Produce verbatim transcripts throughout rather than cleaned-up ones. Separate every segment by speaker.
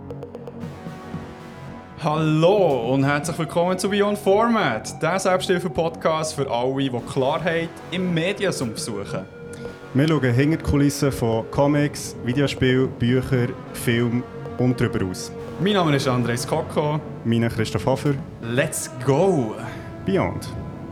Speaker 1: Hallo und herzlich willkommen zu Beyond Format, der Selbsthilfe-Podcast für alle, die Klarheit im Mediensumpf suchen.
Speaker 2: Wir schauen hinter die Kulissen von Comics, Videospielen, Büchern, Filmen und darüber aus.
Speaker 1: Mein Name ist Andres Kocko.
Speaker 2: Mein Name ist Christoph Hofer.
Speaker 1: Let's go!
Speaker 2: Beyond.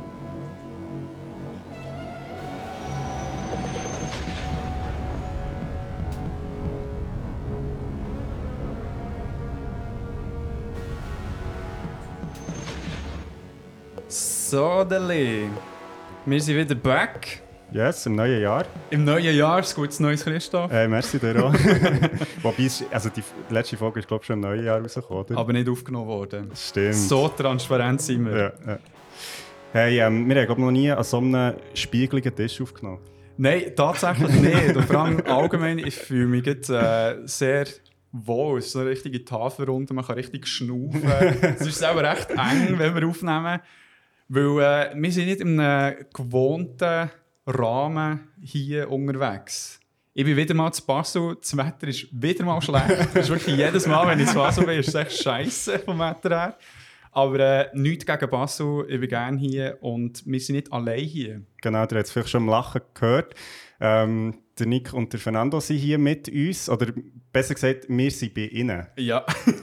Speaker 1: So, Deli. Wir sind wieder back.
Speaker 2: Yes, im neuen Jahr.
Speaker 1: Im neuen Jahr, ein gutes neues Christoph.
Speaker 2: Äh, merci dir auch. Wobei, also die letzte Folge ist glaube ich schon im neuen Jahr rausgekommen, oder?
Speaker 1: Aber nicht aufgenommen worden.
Speaker 2: Stimmt.
Speaker 1: So transparent sind wir.
Speaker 2: Ja, ja. Hey, ähm, wir haben glaube noch nie an so einem spiegeligen Tisch aufgenommen.
Speaker 1: Nein, tatsächlich nicht. Und vor allem allgemein, ich fühle mich jetzt, äh, sehr wohl. Es ist so eine richtige Tafelrunde, man kann richtig schnaufen. Es ist selber recht eng, wenn wir aufnehmen. Weil äh, wir sind nicht in einem gewohnten Rahmen hier unterwegs. Ich bin wieder mal zu Basel, das Wetter ist wieder mal schlecht. Das ist wirklich jedes Mal, wenn ich zu Basel bin, ist es echt scheisse vom Wetter her. Aber äh, nichts gegen Basel, ich bin gerne hier und wir sind nicht allein hier.
Speaker 2: Genau, ihr habt es vielleicht schon im Lachen gehört. Ähm, der Nick und der Fernando sind hier mit uns, oder besser gesagt, wir sind bei ihnen.
Speaker 1: Ja.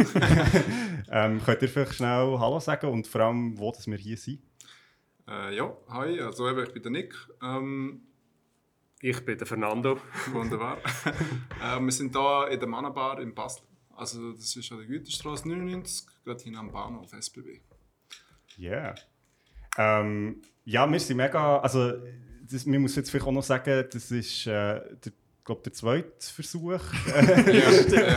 Speaker 2: ähm, könnt ihr vielleicht schnell Hallo sagen und vor allem, wo dass wir hier sind?
Speaker 3: Äh, ja, hi, also eben, ich bin der Nick. Ähm,
Speaker 4: ich bin der Fernando.
Speaker 3: Wunderbar. äh, wir sind hier in der Mannabar in Basel. Also das ist an der Güterstraße neunundneunzig, gerade hinten am Bahnhof S B B.
Speaker 2: Yeah. Ähm, ja, wir sind mega, also das, man muss jetzt vielleicht auch noch sagen, das ist äh, der, glaub, der zweite Versuch,
Speaker 3: ja, stimmt. Ja.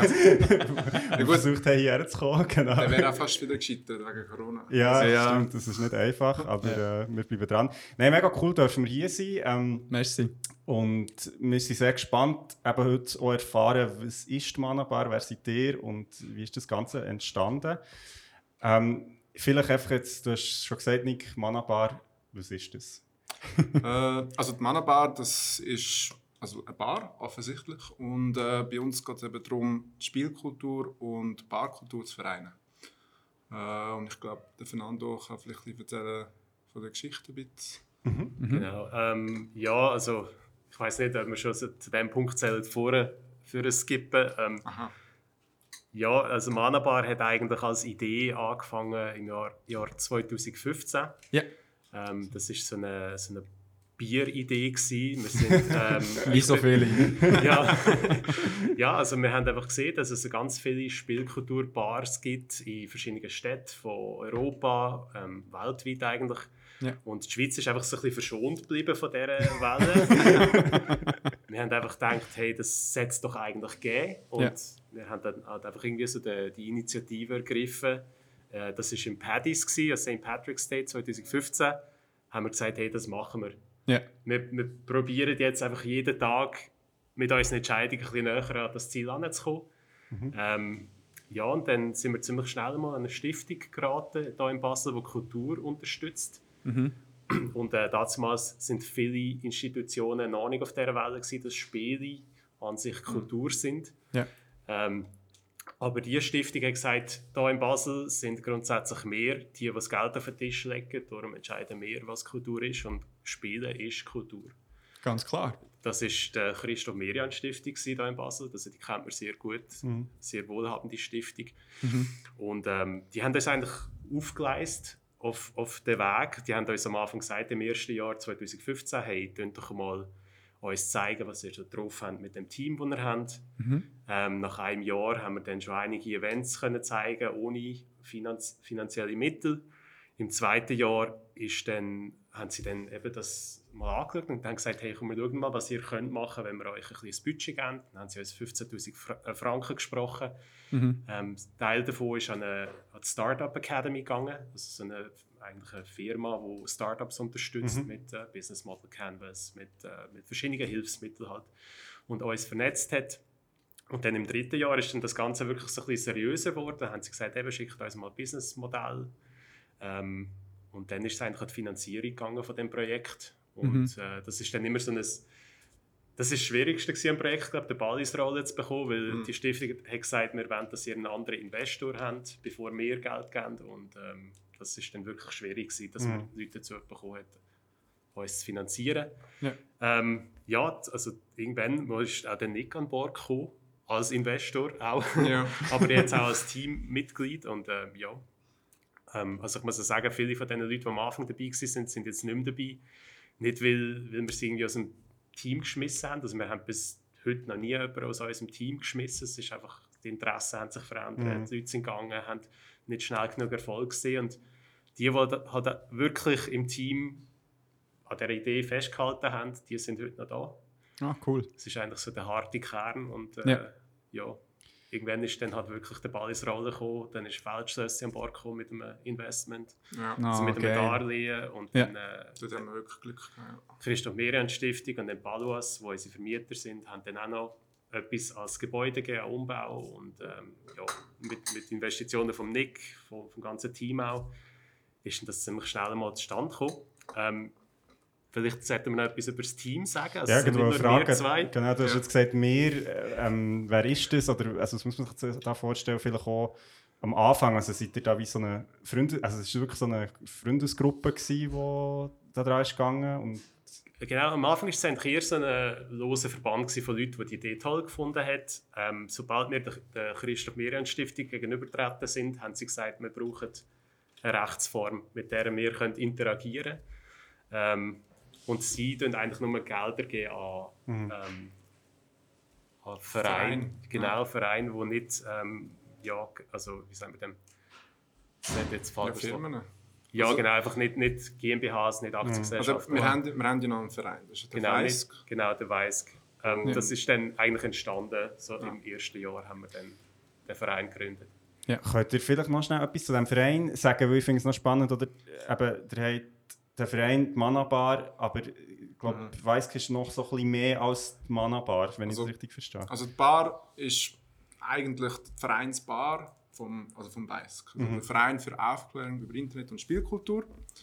Speaker 2: wir versucht haben, hierher zu kommen. Genau.
Speaker 3: Der wäre auch fast wieder gescheitert wegen Corona.
Speaker 2: Ja,
Speaker 3: also,
Speaker 2: ja, stimmt, das ist nicht einfach, aber ja. äh, wir bleiben dran. Nein, mega cool, dürfen wir hier sein. Ähm,
Speaker 1: Merci.
Speaker 2: Und wir sind sehr gespannt, eben heute auch erfahren, was ist die Mannabar, wer seid ihr und wie ist das Ganze entstanden. Ähm, vielleicht einfach jetzt, du hast schon gesagt, Nick, Mannabar, was ist das?
Speaker 3: äh, also die Mannabar, das ist also eine Bar, offensichtlich. Und äh, bei uns geht es eben darum, die Spielkultur und die Barkultur zu vereinen. Äh, und ich glaube, der Fernando kann vielleicht ein bisschen erzählen von der Geschichte ein bisschen.
Speaker 4: Mhm. Mhm. Genau. Ähm, ja, also ich weiss nicht, ob wir schon zu diesem Punkt zählen, vorher für ein Skippen. Ähm,
Speaker 3: Aha.
Speaker 4: Ja, also Mannabar hat eigentlich als Idee angefangen im Jahr, Jahr zwanzig fünfzehn.
Speaker 1: Ja.
Speaker 4: Ähm, das war so eine, so eine Bieridee gewesen. Wir sind, ähm,
Speaker 1: Wie so viele.
Speaker 4: ja. ja, also wir haben einfach gesehen, dass es ganz viele Spielkulturbars gibt in verschiedenen Städten von Europa, ähm, weltweit eigentlich. Ja. Und die Schweiz ist einfach so ein bisschen verschont geblieben von dieser Welle. Wir haben einfach gedacht, hey, das sollte es doch eigentlich geben. Und ja. wir haben dann halt einfach irgendwie so die, die Initiative ergriffen. Äh, das war im Paddy's, also Saint Patrick's Day zwanzig fünfzehn. Haben wir gesagt, hey, das machen wir.
Speaker 1: Ja.
Speaker 4: Wir, wir probieren jetzt einfach jeden Tag mit unseren Entscheidungen ein bisschen näher an das Ziel heranzukommen. Mhm. Ähm, ja, und dann sind wir ziemlich schnell mal an eine Stiftung geraten, hier in Basel, die Kultur unterstützt. Mhm. Und äh, damals sind viele Institutionen noch nicht auf dieser Welle gewesen, dass Spiele an sich Kultur sind.
Speaker 1: Ja.
Speaker 4: Ähm, aber diese Stiftung hat gesagt, hier in Basel sind grundsätzlich mehr die, die das Geld auf den Tisch legen. Darum entscheiden wir, was Kultur ist. Und Spielen ist Kultur.
Speaker 1: Ganz klar.
Speaker 4: Das war die Christoph-Merian-Stiftung hier in Basel. Also die kennt man sehr gut. Mhm. Sehr wohlhabende Stiftung. Mhm. Und ähm, die haben uns eigentlich aufgeleistet auf, auf den Weg. Die haben uns am Anfang gesagt, im ersten Jahr zwanzig fünfzehn, hey, könnt doch mal uns zeigen, was ihr so drauf habt mit dem Team, das ihr habt. Mhm. Ähm, nach einem Jahr haben wir dann schon einige Events können zeigen, ohne finanz- finanzielle Mittel. Im zweiten Jahr ist dann, haben sie dann eben das mal angeschaut und dann gesagt, hey, komm, wir schauen mal, was ihr könnt machen, wenn wir euch ein bisschen Budget geben. Dann haben sie uns fünfzehntausend Franken gesprochen. Mhm. Ähm, Teil davon ist an, eine, an die Startup Academy gegangen. Das ist eine, eigentlich eine Firma, die Startups unterstützt mhm. mit äh, Business Model Canvas, mit, äh, mit verschiedenen Hilfsmitteln halt, und uns vernetzt hat. Und dann im dritten Jahr ist dann das Ganze wirklich so ein bisschen seriöser geworden. Dann haben sie gesagt, eben, schickt uns mal ein Businessmodell. Ähm, und dann ist es eigentlich an die Finanzierung gegangen von dem Projekt. Und mhm. äh, das ist dann immer so ein das ist das Schwierigste am Projekt, glaube, den Ball ins Rollen zu bekommen, weil
Speaker 3: Mhm.
Speaker 4: die Stiftung hat gesagt, wir wollen, dass ihr einen anderen Investor habt, bevor wir Geld geben. Und ähm, das ist dann wirklich schwierig gewesen, dass
Speaker 2: Mhm.
Speaker 4: wir Leute dazu bekommen hätten, uns zu finanzieren.
Speaker 1: Ja.
Speaker 4: Ähm, ja, also irgendwann ist auch der Nick an Bord gekommen, als Investor auch,
Speaker 3: Ja.
Speaker 4: aber jetzt auch als Teammitglied. Und ähm, ja, ähm, also ich muss auch sagen, viele von den Leuten, die am Anfang dabei waren, sind, sind jetzt nicht mehr dabei. Nicht, weil, weil wir sie irgendwie aus dem Team geschmissen haben. Also wir haben bis heute noch nie jemanden aus unserem Team geschmissen. Es ist einfach, die Interessen haben sich verändert,
Speaker 2: Mhm.
Speaker 4: die Leute sind gegangen, haben nicht schnell genug Erfolg gesehen. Und die, die halt wirklich im Team an dieser Idee festgehalten haben, die sind heute noch da.
Speaker 1: Ah, cool.
Speaker 4: Es ist eigentlich so der harte Kern. Und äh,
Speaker 1: Ja.
Speaker 4: ja, irgendwann ist dann halt wirklich der Ball ins Rollen gekommen. Dann ist Feldschlössi an Bord gekommen mit einem Investment,
Speaker 3: Ja.
Speaker 1: Ah,
Speaker 4: also mit einem
Speaker 1: geil.
Speaker 4: Darlehen. Und
Speaker 1: Ja.
Speaker 4: dann äh,
Speaker 3: Dort haben wir wirklich Glück gehabt. Ja.
Speaker 4: Christoph Merian Stiftung und dann Paluas, wo unsere Vermieter sind, haben dann auch noch etwas als Gebäude gegeben, an Umbau. Und ähm, ja, mit, mit Investitionen vom Nick, vom, vom ganzen Team auch, ist dann das ziemlich schnell einmal zustande gekommen. Ähm, Vielleicht sollten wir noch etwas über das Team sagen. Also
Speaker 2: Ja,
Speaker 4: es sind
Speaker 2: genau,
Speaker 4: nicht nur
Speaker 2: Frage.
Speaker 4: wir zwei.
Speaker 2: Genau, du hast
Speaker 3: Ja.
Speaker 2: jetzt gesagt, wir, äh, ähm, wer ist das? Oder, also, das muss man sich da vorstellen, vielleicht auch am Anfang. Also, seid ihr da wie so eine Freunde, also, es war wirklich so eine Freundesgruppe, die da dran ist gegangen. Und
Speaker 4: Genau, am Anfang war es eigentlich eher so ein loser Verband von Leuten, die die Idee toll gefunden haben. Ähm, sobald wir der, der Christoph Merian Stiftung gegenübergetreten sind, haben sie gesagt, wir brauchen eine Rechtsform, mit der wir können interagieren können. Ähm, und sie geben eigentlich nur Gelder geben an,
Speaker 2: Mhm.
Speaker 4: ähm, an Vereine,
Speaker 3: Verein,
Speaker 4: genau,
Speaker 3: ja.
Speaker 4: Vereine, die nicht, ähm, ja, also wie sagen wir dem, das ist jetzt
Speaker 3: Ja,
Speaker 4: falsch.
Speaker 3: Firmen.
Speaker 4: Ja,
Speaker 3: Also-
Speaker 4: genau, einfach nicht, nicht GmbHs, nicht
Speaker 3: Also,
Speaker 4: Aktiengesellschaften.
Speaker 3: wir, haben, wir haben ja noch einen Verein, das ist der
Speaker 4: Genau,
Speaker 3: Weisk.
Speaker 4: nicht, genau, der Weisk. Ähm,
Speaker 1: Ja.
Speaker 4: Das ist dann eigentlich entstanden, so
Speaker 3: Ja.
Speaker 4: im ersten Jahr haben wir dann den Verein gegründet.
Speaker 2: könnt ihr vielleicht noch schnell etwas zu diesem Verein sagen, weil ich finde es noch spannend, oder? Eben, der hat den Verein, die Mana-Bar, aber ich glaube,
Speaker 3: Mhm.
Speaker 2: Weisk ist noch so ein bisschen mehr als die Mana-Bar, wenn ich
Speaker 3: Also-
Speaker 2: es richtig verstehe.
Speaker 3: Also die Bar ist eigentlich die Vereinsbar vom, also vom Weisk. Also
Speaker 2: Mhm.
Speaker 3: der Verein für Aufklärung über Internet und Spielkultur.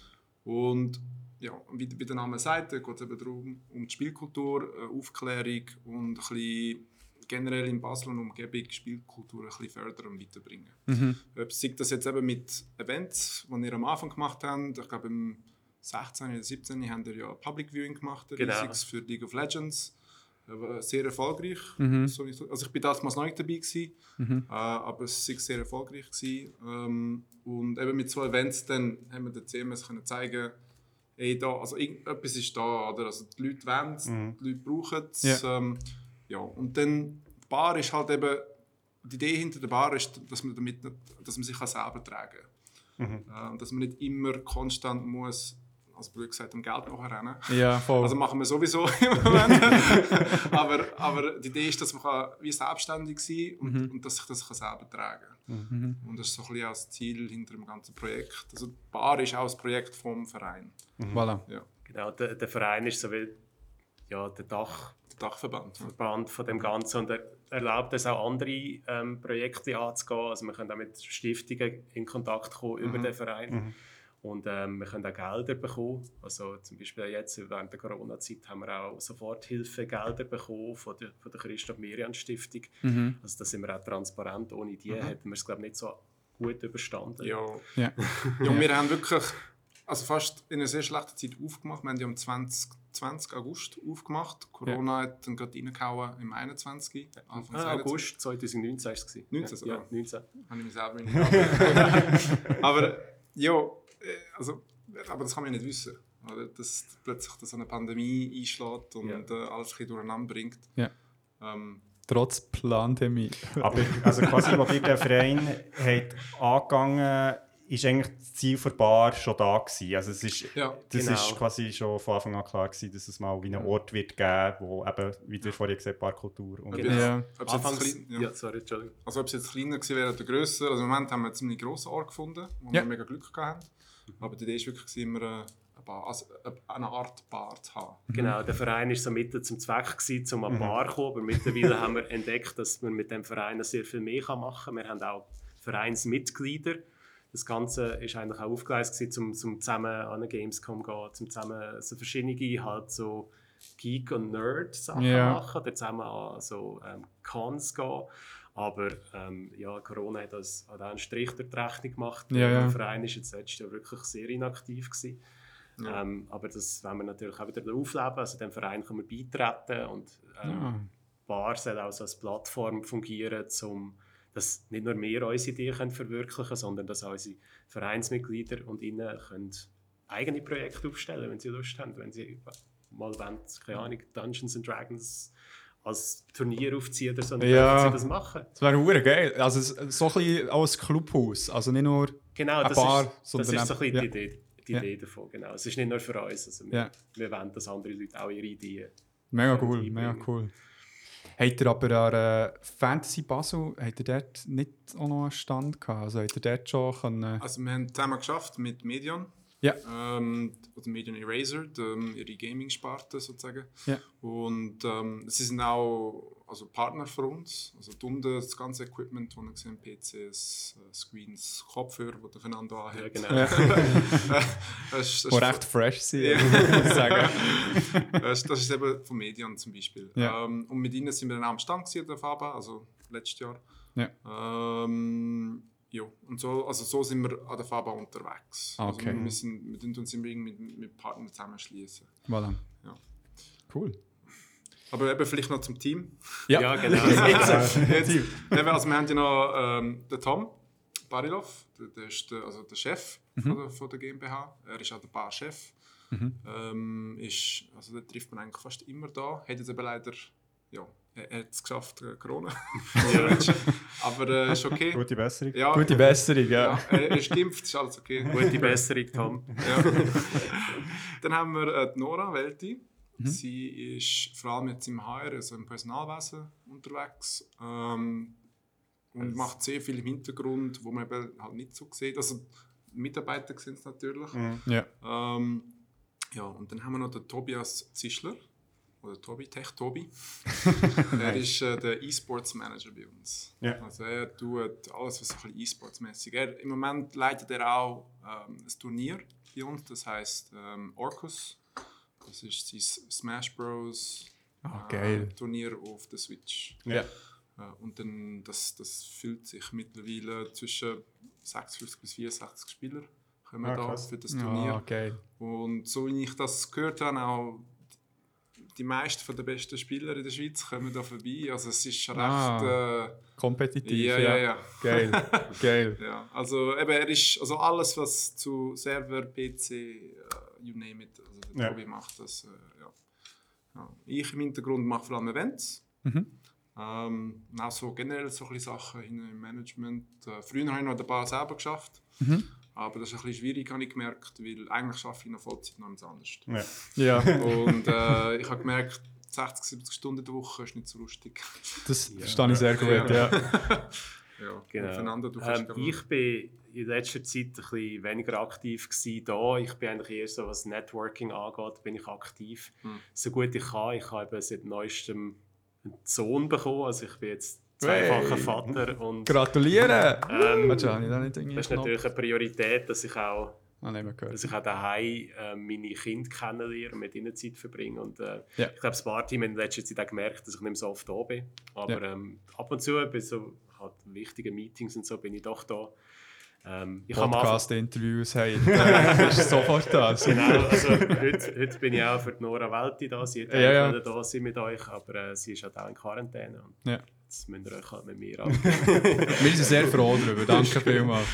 Speaker 3: Und ja, wie, wie der Name sagt, geht es eben darum, um die Spielkultur, äh, Aufklärung und ein bisschen generell in Basel und Umgebung Spielkultur ein bisschen fördern und weiterbringen.
Speaker 1: Mhm.
Speaker 3: Ob sei das jetzt eben mit Events, die wir am Anfang gemacht haben, ich glaube im sechzehn oder siebzehn haben wir ja Public Viewing gemacht, ein
Speaker 4: Genau.
Speaker 3: riesiges für League of Legends. Äh, Sehr erfolgreich.
Speaker 1: Mhm.
Speaker 3: So wie- Also ich bin damals noch nicht dabei gewesen,
Speaker 1: Mhm.
Speaker 3: äh, aber es war sehr erfolgreich gewesen. Ähm, und eben mit so Events dann haben wir den C M S können zeigen, ey, da, also irgendetwas ist da, oder? Also die Leute wollen es,
Speaker 2: Mhm.
Speaker 3: die Leute brauchen es.
Speaker 1: Ja.
Speaker 3: Ähm, ja. Und dann die Bar ist halt eben, die Idee hinter der Bar ist, dass man, damit nicht, dass man sich kann selber tragen kann.
Speaker 2: Mhm.
Speaker 3: Äh, und dass man nicht immer konstant muss, als blöd gesagt, um Geld nachrennen.
Speaker 1: Ja, voll.
Speaker 3: Also machen wir sowieso im Moment. aber, aber die Idee ist, dass man kann wie selbstständig sein kann und,
Speaker 1: Mhm.
Speaker 3: und dass sich das kann selber tragen kann.
Speaker 1: Mhm.
Speaker 3: Und das ist so ein bisschen auch das Ziel hinter dem ganzen Projekt. Also die Bar ist auch das Projekt vom Verein.
Speaker 1: Voilà.
Speaker 4: Genau, der, der Verein ist so wie ja, der Dachverband
Speaker 3: Der Dachverband.
Speaker 4: von dem Ganzen und er erlaubt es auch andere ähm, Projekte anzugehen. Also wir können auch mit Stiftungen in Kontakt kommen über
Speaker 3: Mhm.
Speaker 4: den Verein.
Speaker 2: Mhm.
Speaker 4: Und ähm, wir können auch Gelder bekommen. Also zum Beispiel jetzt während der Corona-Zeit haben wir auch Soforthilfegelder bekommen von der, von der Christoph Merian Stiftung.
Speaker 1: Mhm.
Speaker 4: Also da sind wir auch transparent. Ohne die
Speaker 3: Mhm.
Speaker 4: hätten wir es glaube ich nicht so gut überstanden.
Speaker 3: Ja.
Speaker 1: Ja.
Speaker 3: Ja, wir haben wirklich also fast in einer sehr schlechten Zeit aufgemacht. Wir haben ja am zwanzig, zwanzig August aufgemacht. Corona hat dann gerade reingehauen im einundzwanzig. Anfang
Speaker 4: Ah, August zwanzig neunzehn war es.
Speaker 3: neunzehn
Speaker 4: ja,
Speaker 3: sogar.
Speaker 4: ja, neunzehn.
Speaker 3: Habe ich mich selber nicht mehr Aber ja, äh, also, aber das kann man ja nicht wissen. Oder? Dass plötzlich so eine Pandemie einschlägt und
Speaker 4: Ja.
Speaker 3: äh, alles ein bisschen durcheinander bringt.
Speaker 1: Ja.
Speaker 3: Ähm,
Speaker 1: Trotz Pandemie.
Speaker 2: Aber also quasi, als ihr den Verein habt angegangen, ist eigentlich das Ziel der Bar schon da gewesen. Also es ist,
Speaker 3: ja.
Speaker 2: das
Speaker 4: Genau.
Speaker 2: ist quasi schon von Anfang an klar gewesen, dass es mal wie einen Ort wird geben, wo eben, wie du vorhin gesagt hast, Barkultur und
Speaker 3: Genau.
Speaker 1: Ja.
Speaker 3: Ob es jetzt
Speaker 4: Anfangs,
Speaker 3: klein, ja.
Speaker 4: ja. sorry, Entschuldigung.
Speaker 3: Also ob es jetzt kleiner gewesen wäre oder grösser. Also im Moment haben wir einen ziemlich grossen Ort gefunden, wo
Speaker 1: Ja.
Speaker 3: wir mega Glück gehabt haben. Aber die Idee war wirklich immer eine, Bar, also eine Art Bar zu haben.
Speaker 4: Genau, der Verein war so Mittel zum Zweck, gewesen, um an die Bar zu kommen. Aber mittlerweile haben wir entdeckt, dass man mit dem Verein sehr viel mehr machen kann. Wir haben auch Vereinsmitglieder. Das Ganze war eigentlich auch aufgeleistet, um, um zusammen an eine Gamescom zu gehen, um zusammen so verschiedene halt so Geek- und Nerd-Sachen
Speaker 1: Ja.
Speaker 4: machen, oder zusammen an so ähm, Cons gehen. Aber ähm, ja, Corona hat, das, hat auch einen Strich durch die Rechnung gemacht.
Speaker 1: Ja, ja.
Speaker 4: Der Verein war jetzt letztes Jahr wirklich sehr inaktiv gewesen.
Speaker 3: Ja.
Speaker 4: Ähm, aber das wollen wir natürlich auch wieder aufleben. Also dem Verein kann man beitreten und ähm,
Speaker 1: Ja.
Speaker 4: Bar soll auch so als Plattform fungieren, um dass nicht nur wir unsere Ideen können verwirklichen können, sondern dass auch unsere Vereinsmitglieder und ihnen können eigene Projekte aufstellen, wenn sie Lust haben, wenn sie mal wollen, keine Ahnung, Dungeons and Dragons als Turnier aufziehen oder so, dann
Speaker 1: Ja.
Speaker 4: können sie das machen.
Speaker 1: Das wäre verdammt geil. Also es- so ein bisschen auch ein Clubhaus. Also nicht nur
Speaker 4: Genau,
Speaker 1: ein
Speaker 4: das
Speaker 1: Bar,
Speaker 4: ist, das
Speaker 1: sondern
Speaker 4: ist so ein bisschen
Speaker 1: ja.
Speaker 4: die, Idee, die
Speaker 1: Ja.
Speaker 4: Idee davon. Genau. Es ist nicht nur für uns, also wir,
Speaker 1: Ja.
Speaker 4: wir wollen, dass andere Leute auch ihre Ideen.
Speaker 1: Mega
Speaker 4: können
Speaker 1: cool,
Speaker 4: einbringen.
Speaker 1: mega cool. Habt ihr aber an äh, Fantasy Basel, habt ihr dort nicht auch noch einen Stand gehabt? Also habt ihr dort schon können...
Speaker 3: Also wir haben zusammen geschafft mit Medion.
Speaker 1: Ja.
Speaker 3: Ähm, oder Medion Eraser, die, ähm, ihre Gaming-Sparte sozusagen.
Speaker 1: Ja.
Speaker 3: Und ähm, sie sind auch also Partner für uns. Also die unten das ganze Equipment, das wir gesehen haben, P Cs, äh, Screens, Kopfhörer, die der Fernando
Speaker 4: Ja,
Speaker 3: anhat.
Speaker 4: genau.
Speaker 1: Ja.
Speaker 3: das, ist- das
Speaker 1: Die
Speaker 3: ist
Speaker 1: recht fresh sind,
Speaker 3: Ja.
Speaker 1: muss ich sagen.
Speaker 3: das, das ist eben von Medion zum Beispiel.
Speaker 1: Ja.
Speaker 3: Ähm, und mit ihnen sind wir dann auch am Stand gewesen, der Faba, also letztes Jahr.
Speaker 1: Ja.
Speaker 3: Ähm, ja, und so, also so sind wir an der Faba unterwegs.
Speaker 1: Okay.
Speaker 3: Also wir, müssen, wir tun uns immer irgendwie mit, mit Partnern zusammenschließen.
Speaker 1: Voilà.
Speaker 3: Ja.
Speaker 1: Cool.
Speaker 3: Aber eben vielleicht noch zum Team.
Speaker 1: Ja,
Speaker 4: Ja, genau.
Speaker 3: Jetzt, jetzt, eben, also wir haben ja noch ähm, den Tom Barilov, der, der ist der, also der Chef von, der, von der GmbH. Er ist auch der Barchef.
Speaker 1: Mhm.
Speaker 3: Ähm, ist, also den trifft man eigentlich fast immer da. Hat jetzt eben leider, ja, er, er hat es geschafft, äh, Corona. Aber äh, ist okay.
Speaker 2: Gute Besserung.
Speaker 3: Ja,
Speaker 1: Gute Besserung, ja.
Speaker 3: ja, er er ist geimpft, ist alles okay.
Speaker 4: Gute Besserung, Tom.
Speaker 3: Ja. Dann haben wir äh, die Nora Welti. Sie ist vor allem jetzt im H R, also im Personalwesen, unterwegs ähm, und
Speaker 4: Also-
Speaker 3: macht sehr viel im Hintergrund, wo man eben halt nicht so sieht. Also die Mitarbeiter sind es natürlich.
Speaker 2: Mhm.
Speaker 1: Ja.
Speaker 3: Ähm, ja, und dann haben wir noch den Tobias Zischler, oder Tobi, Tech Tobi. Er ist äh, der E-Sports Manager bei uns.
Speaker 2: Ja.
Speaker 3: Also er tut alles, was so ein bisschen E-Sports-mäßig ist. Im Moment leitet er auch ähm, ein Turnier bei uns, das heisst ähm, Orcus. Das ist sein Smash Bros.
Speaker 1: Ah, geil.
Speaker 3: Äh, Turnier auf der Switch.
Speaker 2: Ja.
Speaker 3: Äh, und dann, das, das füllt sich mittlerweile zwischen sechsundfünfzig bis vierundsechzig Spieler kommen
Speaker 2: Ah,
Speaker 3: da
Speaker 2: krass.
Speaker 3: für das Turnier.
Speaker 1: Ah, geil.
Speaker 3: Und so wie ich das gehört habe, auch die meisten von den besten Spieler in der Schweiz kommen da vorbei. Also es ist recht...
Speaker 1: Ah.
Speaker 3: Äh,
Speaker 1: Kompetitiv,
Speaker 3: ja, ja, ja.
Speaker 1: Geil, geil.
Speaker 3: Ja, also eben, er ist, also alles, was zu Server, P C, uh, you name it, also der
Speaker 2: Ja.
Speaker 3: Tobi macht das, äh, ja. Ja. Ich im Hintergrund mache vor allem Events.
Speaker 1: Mhm.
Speaker 3: Ähm, und auch so generell so ein bisschen Sachen im Management. Äh, früher habe ich noch ein paar selber geschafft,
Speaker 1: Mhm.
Speaker 3: aber das ist ein bisschen schwierig, habe ich gemerkt, weil eigentlich arbeite ich noch Vollzeit noch etwas anderes.
Speaker 2: Ja.
Speaker 1: Ja,
Speaker 3: Und äh, ich habe gemerkt, sechzig, siebzig Stunden in der Woche ist nicht so lustig.
Speaker 1: das
Speaker 4: Ja.
Speaker 1: verstehe ich sehr gut, ja.
Speaker 3: Ja,
Speaker 4: Genau.
Speaker 3: und Fernando, du kannst
Speaker 4: Ähm,
Speaker 3: aber-
Speaker 4: ich bin in letzter Zeit ein bisschen weniger aktiv gewesen da. Ich bin eigentlich eher so, was Networking angeht, bin ich aktiv.
Speaker 3: Hm.
Speaker 4: So gut ich kann. Ich habe eben seit neuestem einen Sohn bekommen. Also ich bin jetzt zweifacher
Speaker 1: Hey.
Speaker 4: Vater und
Speaker 1: Gratulieren!
Speaker 4: ähm,
Speaker 1: Warte, habe ich da nicht irgendwie
Speaker 4: das ist
Speaker 1: Knopf?
Speaker 4: natürlich eine Priorität, dass ich auch,
Speaker 1: Ah, nicht mehr gehört.
Speaker 4: dass ich auch daheim äh, meine Kinder kennenlerne und mit ihnen Zeit verbringe. Und, äh,
Speaker 1: Ja.
Speaker 4: Ich glaube, das Barteam hat in letzter Zeit auch gemerkt, dass ich nicht mehr so oft da bin. Aber
Speaker 1: Ja.
Speaker 4: ähm, ab und zu bei so halt wichtigen Meetings und so bin ich doch da. Ähm, ich habe am Anfang-
Speaker 1: Podcast-Interviews haben, äh, das ist sofort das.
Speaker 4: Genau, also heute, heute bin ich auch für die Nora Welti da. Sie hätte
Speaker 1: Ja, ja.
Speaker 4: ja. da sein mit euch, aber äh, sie ist halt auch in Quarantäne. Und
Speaker 1: Ja.
Speaker 4: jetzt müsst ihr euch halt mit mir an.
Speaker 1: Wir sind sehr froh darüber, danke vielmals.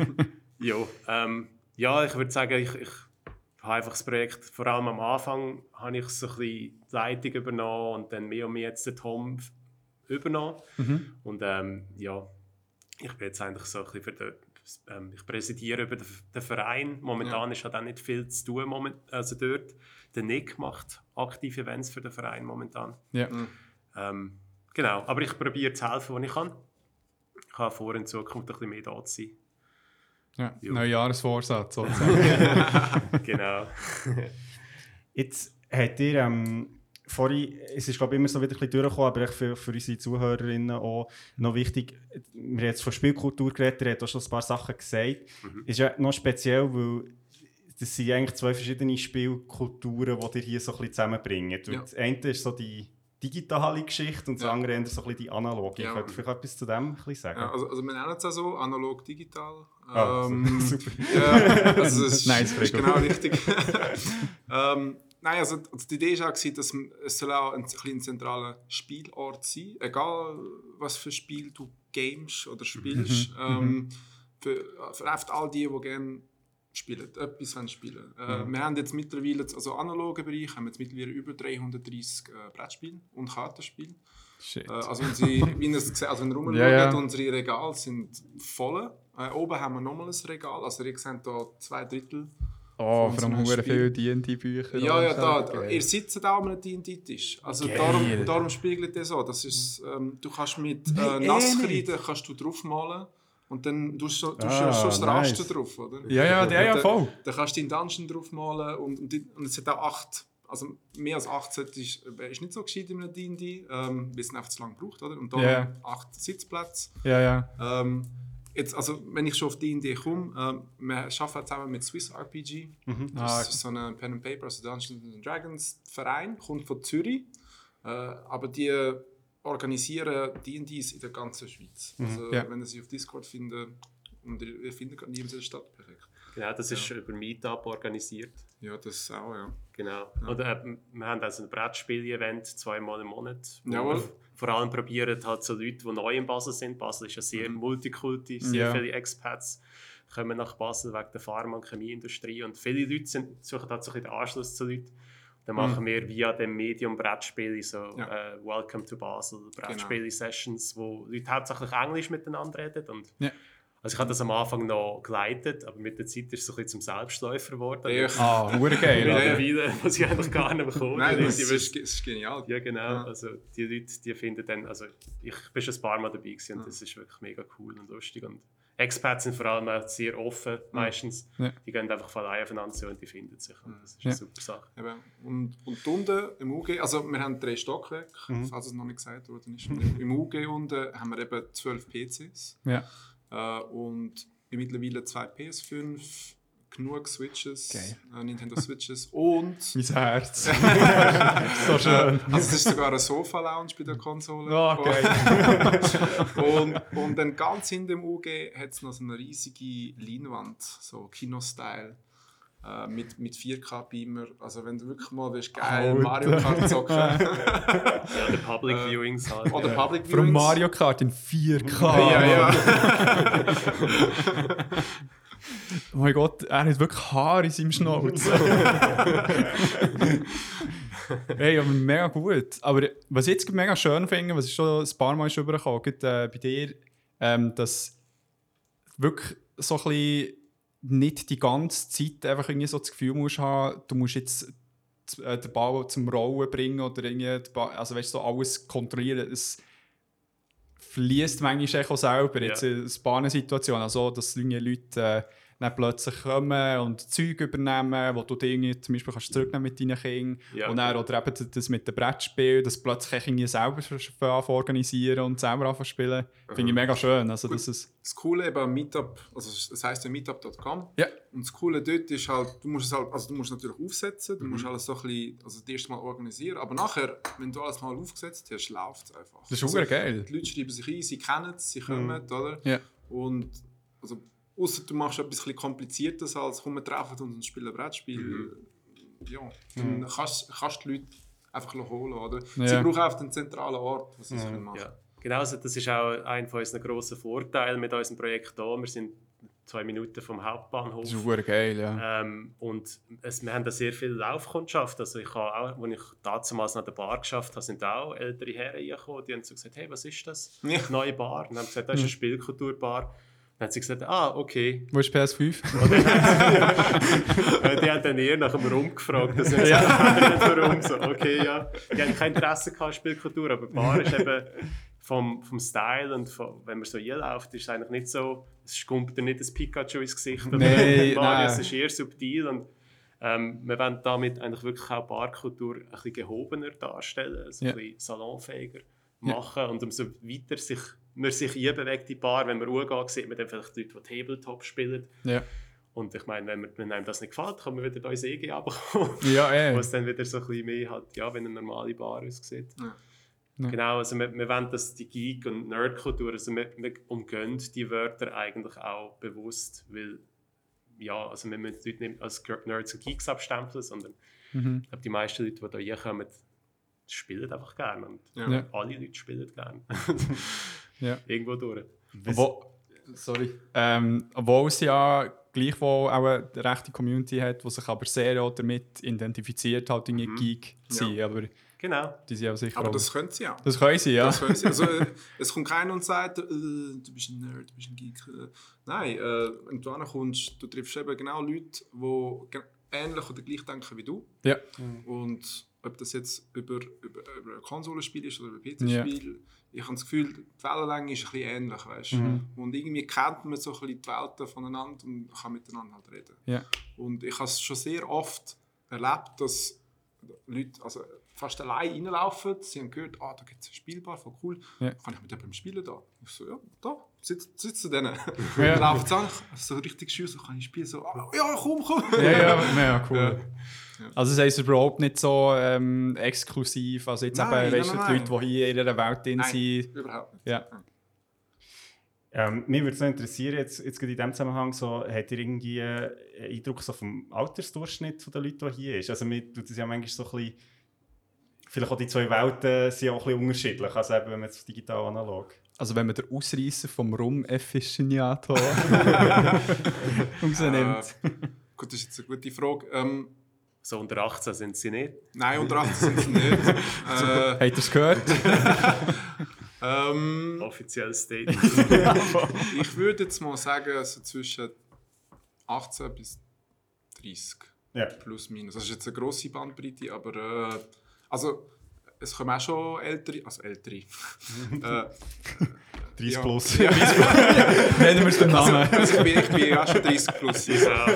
Speaker 4: Jo, ähm, ja, ich würde sagen, ich, ich habe einfach das Projekt, vor allem am Anfang, habe ich so ein bisschen die Leitung übernommen und dann mehr und mehr jetzt den Tom übernommen.
Speaker 1: Mhm.
Speaker 4: Und ähm, ja, ich bin jetzt eigentlich so ein bisschen für den, ähm, ich präsidiere über den, den Verein. Momentan ist halt auch nicht viel zu tun moment, also dort. Der Nick macht aktive Events für den Verein momentan.
Speaker 1: Ja.
Speaker 4: Ähm, genau, aber ich probiere zu helfen, wo ich kann. Ich habe vor, in Zukunft ein bisschen mehr da zu sein.
Speaker 1: Ja.
Speaker 4: Jo.
Speaker 1: Neujahresvorsatz sozusagen.
Speaker 4: Genau.
Speaker 2: Jetzt habt ihr ähm, vorhin, es ist glaube ich immer so wieder ein bisschen durchgekommen, aber echt für, für unsere Zuhörerinnen auch noch wichtig, wir haben jetzt von Spielkultur geredet, ihr habt auch schon ein paar Sachen gesagt.
Speaker 4: Mhm.
Speaker 2: Ist ja noch speziell, weil das sind eigentlich zwei verschiedene Spielkulturen, die dir hier so ein bisschen zusammenbringen.
Speaker 3: Ja.
Speaker 2: Das eine ist so die digitale Geschichte und das
Speaker 3: Ja.
Speaker 2: andere eher so ein bisschen die analoge.
Speaker 3: Ja.
Speaker 2: Könnt ihr vielleicht etwas zu dem ein bisschen sagen?
Speaker 3: Ja, also, also wir nennen es auch so, analog, digital.
Speaker 2: Ah,
Speaker 3: ähm,
Speaker 2: super.
Speaker 3: Ja, also das ist,
Speaker 1: Nice,
Speaker 3: ist
Speaker 1: Gregor.
Speaker 3: genau richtig. ähm, nein, also, also die Idee war auch, dass man, es soll auch ein, ein, bisschen ein zentraler Spielort sein, egal was für Spiel du gamest oder spielst.
Speaker 1: Mhm.
Speaker 3: Ähm, für, für einfach all die, die gerne spielen, etwas wollen spielen. Äh,
Speaker 2: Mhm.
Speaker 3: Wir haben jetzt mittlerweile, also analogen Bereich, haben wir jetzt mittlerweile über dreihundertdreissig äh, Brettspiele und Kartenspiele.
Speaker 1: Shit.
Speaker 3: Äh, also unsere, wie ihr es gesehen, also wenn ihr rumschaut,
Speaker 1: Ja, ja.
Speaker 3: unsere Regale sind voll. Äh, oben haben wir nochmal ein Regal, also ihr seht hier zwei Drittel.
Speaker 1: Oh,
Speaker 3: von
Speaker 1: vor allem
Speaker 3: unserem
Speaker 1: hure
Speaker 3: Spiel.
Speaker 1: viele D und D-Bücher.
Speaker 3: Ja, ja, da, ihr sitzt auch an einem D und D-Tisch. Also
Speaker 1: Geil.
Speaker 3: darum, darum spiegelt das so. Das ist, ähm, du kannst mit äh,
Speaker 2: eh
Speaker 3: Nasskreide kannst du draufmalen und dann tust du, tust
Speaker 2: Ah,
Speaker 3: du schon das Raster
Speaker 2: nice.
Speaker 3: drauf, oder?
Speaker 1: Ja, ja, der ja
Speaker 3: Dann-
Speaker 1: voll.
Speaker 3: Dann kannst du deinen Dungeon draufmalen und, und, die- und es hat auch acht, also mehr als acht sollte ist, ist nicht so gescheit in einem D und D, ähm, weil es einfach zu lange braucht, oder? Und darum
Speaker 1: Ja.
Speaker 3: acht Sitzplätze.
Speaker 1: Ja, ja.
Speaker 3: Ähm, jetzt, also, wenn ich schon auf D und D komme, ähm, wir arbeiten zusammen mit Swiss R P G. Das
Speaker 1: Ah,
Speaker 3: ist so ein Pen and Paper, also Dungeons and Dragons Verein, kommt von Zürich. Äh, aber die organisieren D und Ds in der ganzen Schweiz. Also,
Speaker 1: Ja.
Speaker 3: wenn ihr sie auf Discord findet, und ihr, ihr findet gerade niemand in der Stadt, perfekt.
Speaker 4: Genau, das ist über Meetup organisiert.
Speaker 3: Ja, das auch, ja.
Speaker 4: Genau. Oder äh, wir haben also ein Brettspiel-Event zweimal im Monat. wo
Speaker 3: Jawohl.
Speaker 4: wir vor allem probieren halt so Leute, die neu in Basel sind. Basel ist ja sehr Multikulti, sehr
Speaker 1: Ja.
Speaker 4: viele Expats kommen nach Basel wegen der Pharma- und Chemieindustrie und viele Leute sind, suchen halt so ein bisschen den Anschluss zu Leuten. Dann machen wir via dem Medium Brettspiele so
Speaker 3: Ja.
Speaker 4: äh, Welcome to Basel, Brettspiele-Sessions, wo Leute hauptsächlich Englisch miteinander reden. Und
Speaker 1: Ja.
Speaker 4: also ich habe das am Anfang noch geleitet, aber mit der Zeit ist es so ein bisschen zum Selbstläufer geworden.
Speaker 3: Ja.
Speaker 1: Ah, hure geil.
Speaker 3: Ja, ja.
Speaker 4: Mittlerweile muss ich eigentlich gar nicht mehr kommen.
Speaker 3: Nein,
Speaker 4: Die
Speaker 3: das
Speaker 4: Leute
Speaker 3: ist, das ist genial.
Speaker 4: ja, genau.
Speaker 3: Ja.
Speaker 4: Also die Leute, die finden dann, also ich bin schon ein paar Mal dabei gewesen und das ist wirklich mega cool und lustig. Und Expats sind vor allem auch sehr offen meistens.
Speaker 1: Ja.
Speaker 4: Die gehen einfach von allein aufeinander zu und die finden sich. Und das ist
Speaker 1: Ja.
Speaker 4: eine super Sache.
Speaker 3: Eben. Und, und unten im U G, also wir haben drei Stockwerke, falls es noch nicht gesagt worden ist. Im, Im U G unten haben wir eben zwölf P Cs
Speaker 1: Ja.
Speaker 3: äh, und mittlerweile zwei P S fünf, genug Switches,
Speaker 1: Geil.
Speaker 3: äh, Nintendo Switches und
Speaker 1: Mein Herz. So schön.
Speaker 3: also es ist sogar eine Sofa-Lounge bei der Konsole.
Speaker 1: Oh, geil.
Speaker 3: Und, und dann ganz hinten im U G hat es noch so eine riesige Leinwand, so Kino-Style, äh, mit, mit vier K-Beamer. Also wenn du wirklich mal willst, geil
Speaker 1: Alter.
Speaker 3: Mario Kart zocken.
Speaker 4: Ja, die Public
Speaker 3: Äh,
Speaker 4: Viewings halt.
Speaker 3: Oder
Speaker 4: ja.
Speaker 3: Public
Speaker 1: Von
Speaker 3: Viewings.
Speaker 1: Mario Kart in vier K.
Speaker 3: Ja, ja.
Speaker 1: Oh mein Gott, er hat wirklich Haar in seinem Schnauz. Hey, aber mega gut. Aber was ich jetzt mega schön finde, was ich schon ein paar Mal schon übergekommen gerade, äh, bei dir, ähm, dass wirklich so ein bisschen nicht die ganze Zeit einfach irgendwie so das Gefühl musst haben, du musst jetzt z- äh, den Ball zum Rollen bringen oder irgendwie den Ball, also weißt du, so alles kontrollieren. Es fließt manchmal auch selber jetzt
Speaker 4: Ja.
Speaker 1: in Bahnensituationen, also dass irgendwie Leute äh, dann plötzlich kommen und Zeug übernehmen, wo du dir irgendwie zum Beispiel kannst zurücknehmen mit deinen Kindern.
Speaker 4: Ja.
Speaker 1: Und dann, oder eben das mit dem Brettspiel, das plötzlich irgendwie selber anfangen zu organisieren und selber anfangen zu spielen. Finde ich mega schön. Also, das ist,
Speaker 3: Das Coole eben am Meetup, also es heisst ja meetup punkt com.
Speaker 1: ja.
Speaker 3: Und das Coole dort ist halt, du musst es halt, also du musst es natürlich aufsetzen, du musst alles so ein bisschen, also das erste Mal organisieren, aber nachher, wenn du alles mal aufgesetzt hast, läuft es einfach.
Speaker 1: Das ist
Speaker 3: also,
Speaker 1: super geil.
Speaker 3: Die Leute schreiben sich ein, sie kennen es, sie kommen, oder?
Speaker 1: Ja.
Speaker 3: Und also, ausser du machst etwas ein bisschen kompliziertes als komm, wir treffen uns und spielen ein Brettspiel, ja, dann kannst, kannst du die Leute einfach holen, oder?
Speaker 1: Ja.
Speaker 3: Sie brauchen einfach einen zentralen Ort, was sie es machen können.
Speaker 4: Ja. Genau, also das ist auch einer von unseren grossen Vorteilen mit unserem Projekt hier. Wir sind zwei Minuten vom Hauptbahnhof.
Speaker 1: Das ist super geil, ja.
Speaker 4: Ähm, und es, wir haben da sehr viel Laufkundschaft. Also ich habe auch, als ich damals nach der Bar geschafft habe, sind auch ältere Herren reingekommen, die haben so gesagt, hey, was ist das?
Speaker 3: Ja.
Speaker 4: Neue Bar. Und haben gesagt, das ist eine Spielkulturbar. Dann hat sie gesagt, ah, okay.
Speaker 1: Wo ist P S fünf?
Speaker 4: Äh, die haben dann eher nach dem Rum gefragt. Das ist ja. Warum so? Okay, ja. Die haben kein Interesse gehabt an Spielkultur, aber Bar ist eben vom, vom Style und von, wenn man so einläuft, ist es eigentlich nicht so, es kommt dir nicht das Pikachu ins Gesicht. Oder
Speaker 1: Nein,
Speaker 4: Mario,
Speaker 1: nein.
Speaker 4: es ist eher subtil und ähm, wir wollen damit eigentlich wirklich auch Barkultur ein bisschen gehobener darstellen, also
Speaker 1: Ja.
Speaker 4: ein bisschen salonfähiger machen und umso weiter sich, man sich einbewegt, die Bar, wenn man hochgeht, sieht man dann vielleicht Leute, die Tabletop spielen.
Speaker 1: Ja.
Speaker 4: Und ich meine, wenn, wenn einem das nicht gefällt, kann man wieder da ins E G abkommen.
Speaker 1: Ja, ey.
Speaker 4: Wo es dann wieder so ein bisschen mehr hat, ja, wenn eine normale Bar aussieht.
Speaker 3: Ja.
Speaker 1: Ja.
Speaker 4: Genau, also wir, wir wollen, dass die Geek- und Nerd-Kultur, also wir, wir umgehen die Wörter eigentlich auch bewusst, weil, ja, also wir müssen die Leute nicht als Nerds und Geeks abstempeln, sondern
Speaker 1: Mhm.
Speaker 4: ich glaube, die meisten Leute, die da reinkommen, spielen einfach gerne und
Speaker 3: Ja.
Speaker 1: Ja.
Speaker 4: alle Leute spielen gerne.
Speaker 1: Ja.
Speaker 4: Irgendwo durch.
Speaker 1: Obwohl, sorry. Ähm, obwohl es ja gleichwohl auch eine rechte Community hat, die sich aber sehr auch damit identifiziert, halt irgendwie
Speaker 4: Mhm.
Speaker 1: Geek zu sein.
Speaker 3: Ja.
Speaker 1: Aber
Speaker 4: Genau.
Speaker 1: die sind auch sicher
Speaker 3: Aber
Speaker 1: auch...
Speaker 3: das können sie auch.
Speaker 1: Das können sie, ja.
Speaker 3: Das können sie. Also, äh, es kommt keiner und sagt, äh, du bist ein Nerd, du bist ein Geek. Äh, nein, äh, wenn du ankommst, du triffst eben genau Leute, die ge- ähnlich oder gleich denken wie du.
Speaker 1: Ja.
Speaker 3: Und ob das jetzt über, über, über ein Konsolenspiel ist oder über ein P C-Spiel, ich habe das Gefühl, die Wellenlänge ist ein bisschen ähnlich. Weißt?
Speaker 1: Mhm.
Speaker 3: Und irgendwie kennt man so ein bisschen die Welten voneinander und kann miteinander halt reden.
Speaker 1: Ja.
Speaker 3: Und ich habe es schon sehr oft erlebt, dass Leute also fast allein reinlaufen. Sie haben gehört, ah, da gibt es eine Spielbar, voll cool.
Speaker 1: Ja.
Speaker 3: Kann ich mit jemandem spielen da? Ich so, ja, da, sitz- sitzen denen.
Speaker 1: Ja.
Speaker 3: Dann laufen sie an, so richtig schön, so kann ich spielen. So, ah, ja, komm, komm.
Speaker 1: Ja, ja, mega cool.
Speaker 3: Ja.
Speaker 1: Also das heisst überhaupt nicht so ähm, exklusiv, also jetzt
Speaker 3: Nein,
Speaker 1: eben, weißt du,
Speaker 3: nein,
Speaker 1: die
Speaker 3: nein.
Speaker 1: Leute, die hier in ihrer Welt drin
Speaker 3: Nein,
Speaker 1: sind.
Speaker 3: überhaupt nicht.
Speaker 1: Ja.
Speaker 2: Ähm, mich würde es noch interessieren, jetzt, jetzt gerade in diesem Zusammenhang, so, habt ihr irgendwie einen Eindruck so vom Altersdurchschnitt der Leute, die hier ist? Also mir tut es ja manchmal so ein bisschen, vielleicht auch die zwei Welten sind auch ein bisschen unterschiedlich, also eben, wenn man jetzt digital analog.
Speaker 1: Also wenn man den Ausreißer vom Rum-Efficionato rausnimmt.
Speaker 3: Äh, gut, das ist jetzt eine gute Frage. Ähm,
Speaker 4: So unter achtzehn sind sie nicht.
Speaker 3: nein, unter achtzehn sind sie nicht. äh,
Speaker 1: Habt ihr es gehört?
Speaker 3: ähm,
Speaker 4: Offizielles Statement.
Speaker 3: ich würde jetzt mal sagen, so zwischen achtzehn bis dreißig.
Speaker 2: Ja.
Speaker 3: Plus, minus. Das ist jetzt eine grosse Bandbreite, aber äh, also, es kommen auch schon ältere, also ältere. äh,
Speaker 2: dreißig
Speaker 3: ja.
Speaker 2: plus.
Speaker 3: Ja,
Speaker 1: Nennen wir es beim
Speaker 3: also,
Speaker 1: Namen.
Speaker 3: also ich, bin, ich bin auch schon dreißig plus.
Speaker 4: Ja.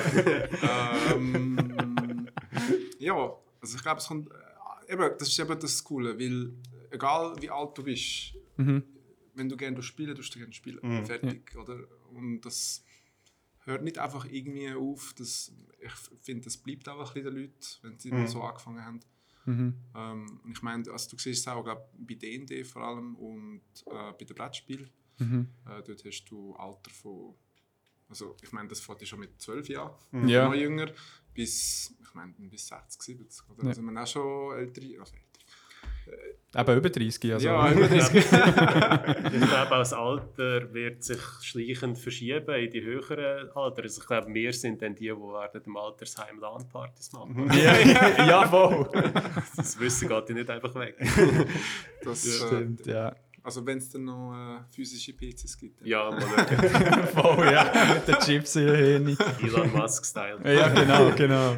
Speaker 3: ähm, ja, also ich glaube, es kommt. Äh, eben, das ist eben das Coole, weil egal wie alt du bist,
Speaker 1: Mhm.
Speaker 3: wenn du gerne spielen willst, du gerne spielen.
Speaker 2: Mhm.
Speaker 3: Fertig. Oder? Und das hört nicht einfach irgendwie auf. Das, ich finde, das bleibt auch ein bisschen den Leuten, wenn sie
Speaker 2: Mhm.
Speaker 3: so angefangen haben.
Speaker 1: Mhm.
Speaker 3: Ähm, ich meine, also du siehst es auch glaub, bei D und D vor allem und äh, bei den Brettspielen.
Speaker 1: Mhm.
Speaker 3: Äh, dort hast du Alter von, also ich meine, das fängt ja schon mit zwölf Jahren,
Speaker 1: Ja.
Speaker 3: noch jünger, bis, ich meine, bis sechzig, siebzig. Oder?
Speaker 1: Ja.
Speaker 3: Also man auch schon ältere, also ältere.
Speaker 1: Eben über dreißig, also.
Speaker 3: Ja, über dreißig.
Speaker 4: Ich glaube, auch das Alter wird sich schleichend verschieben in die höheren Alter. Also ich glaube, wir sind dann die, die werden im Altersheim LAN-Partys machen.
Speaker 1: ja, ja, voll.
Speaker 4: Das Wissen geht ja nicht einfach weg.
Speaker 3: Das, äh,
Speaker 1: Stimmt, ja.
Speaker 3: also wenn es dann noch äh, physische P Cs gibt. Dann.
Speaker 4: Ja, mal schauen.
Speaker 1: Voll, ja. Mit den Chips in der Hirn.
Speaker 4: Elon Musk-Style.
Speaker 1: Ja, genau, genau.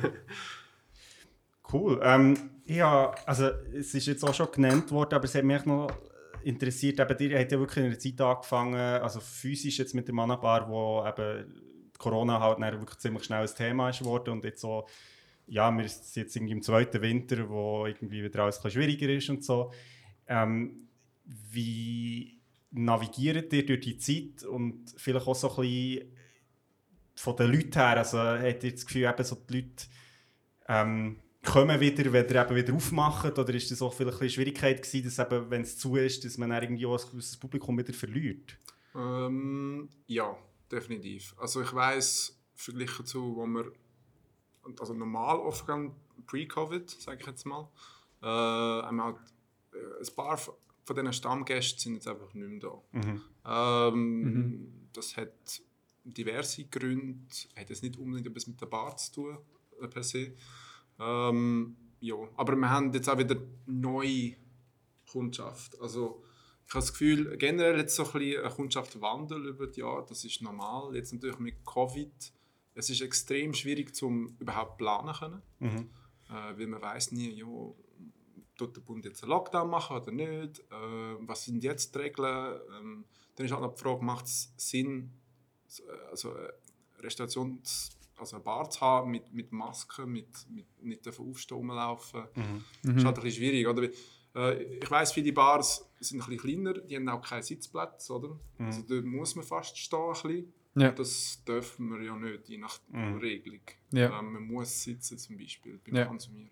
Speaker 2: Cool. Ähm, ja, also es ist jetzt auch schon genannt worden, aber es hat mich noch interessiert, eben, ihr habt ja wirklich in einer Zeit angefangen, also physisch jetzt mit der Mana-Bar, wo eben Corona halt dann wirklich ziemlich schnell ein Thema ist worden und jetzt so, ja, wir sind jetzt irgendwie im zweiten Winter, wo irgendwie wieder alles ein bisschen schwieriger ist und so. Ähm, wie navigiert ihr durch die Zeit und vielleicht auch so ein bisschen von den Leuten her, also habt ihr das Gefühl, eben so die Leute ähm, kommen wieder, wenn ihr eben wieder aufmacht, oder ist das auch vielleicht eine Schwierigkeit gewesen, dass eben, wenn es zu ist, dass man dann irgendwie auch das Publikum wieder verliert?
Speaker 3: Ähm, ja, definitiv. Also ich weiss, verglichen zu, wo wir also normal offen pre-Covid, sage ich jetzt mal, äh, einmal halt, äh, ein paar von diesen Stammgästen sind jetzt einfach nicht mehr da.
Speaker 2: Mhm.
Speaker 3: Ähm,
Speaker 1: Mhm.
Speaker 3: Das hat diverse Gründe, hat jetzt nicht unbedingt etwas mit der Bar zu tun, äh, per se. Ähm, ja, aber wir haben jetzt auch wieder neue Kundschaft. Also ich habe das Gefühl, generell jetzt so ein bisschen eine Kundschaftswandel über die Jahre, das ist normal. Jetzt natürlich mit Covid, es ist extrem schwierig, zum überhaupt planen können,
Speaker 2: Mhm.
Speaker 3: äh, weil man weiß nie, ja, tut der Bund jetzt einen Lockdown machen oder nicht, äh, was sind jetzt die Regeln, ähm, dann ist halt noch die Frage, macht es Sinn, also eine Restaurations- also eine Bar zu haben mit, mit Masken, mit, mit nicht aufstehen, rumlaufen.
Speaker 2: Mhm.
Speaker 3: Das ist halt ein bisschen schwierig, oder? Äh, ich weiss, viele Bars sind ein bisschen kleiner, die haben auch keine Sitzplätze, oder?
Speaker 2: Mhm.
Speaker 3: Also dort muss man fast stehen ein bisschen.
Speaker 1: Ja.
Speaker 3: Das dürfen wir ja nicht, je nach
Speaker 2: Mhm.
Speaker 3: Regelung.
Speaker 1: Ja.
Speaker 3: Ähm, man muss sitzen zum Beispiel beim
Speaker 1: Ja.
Speaker 3: Konsumieren.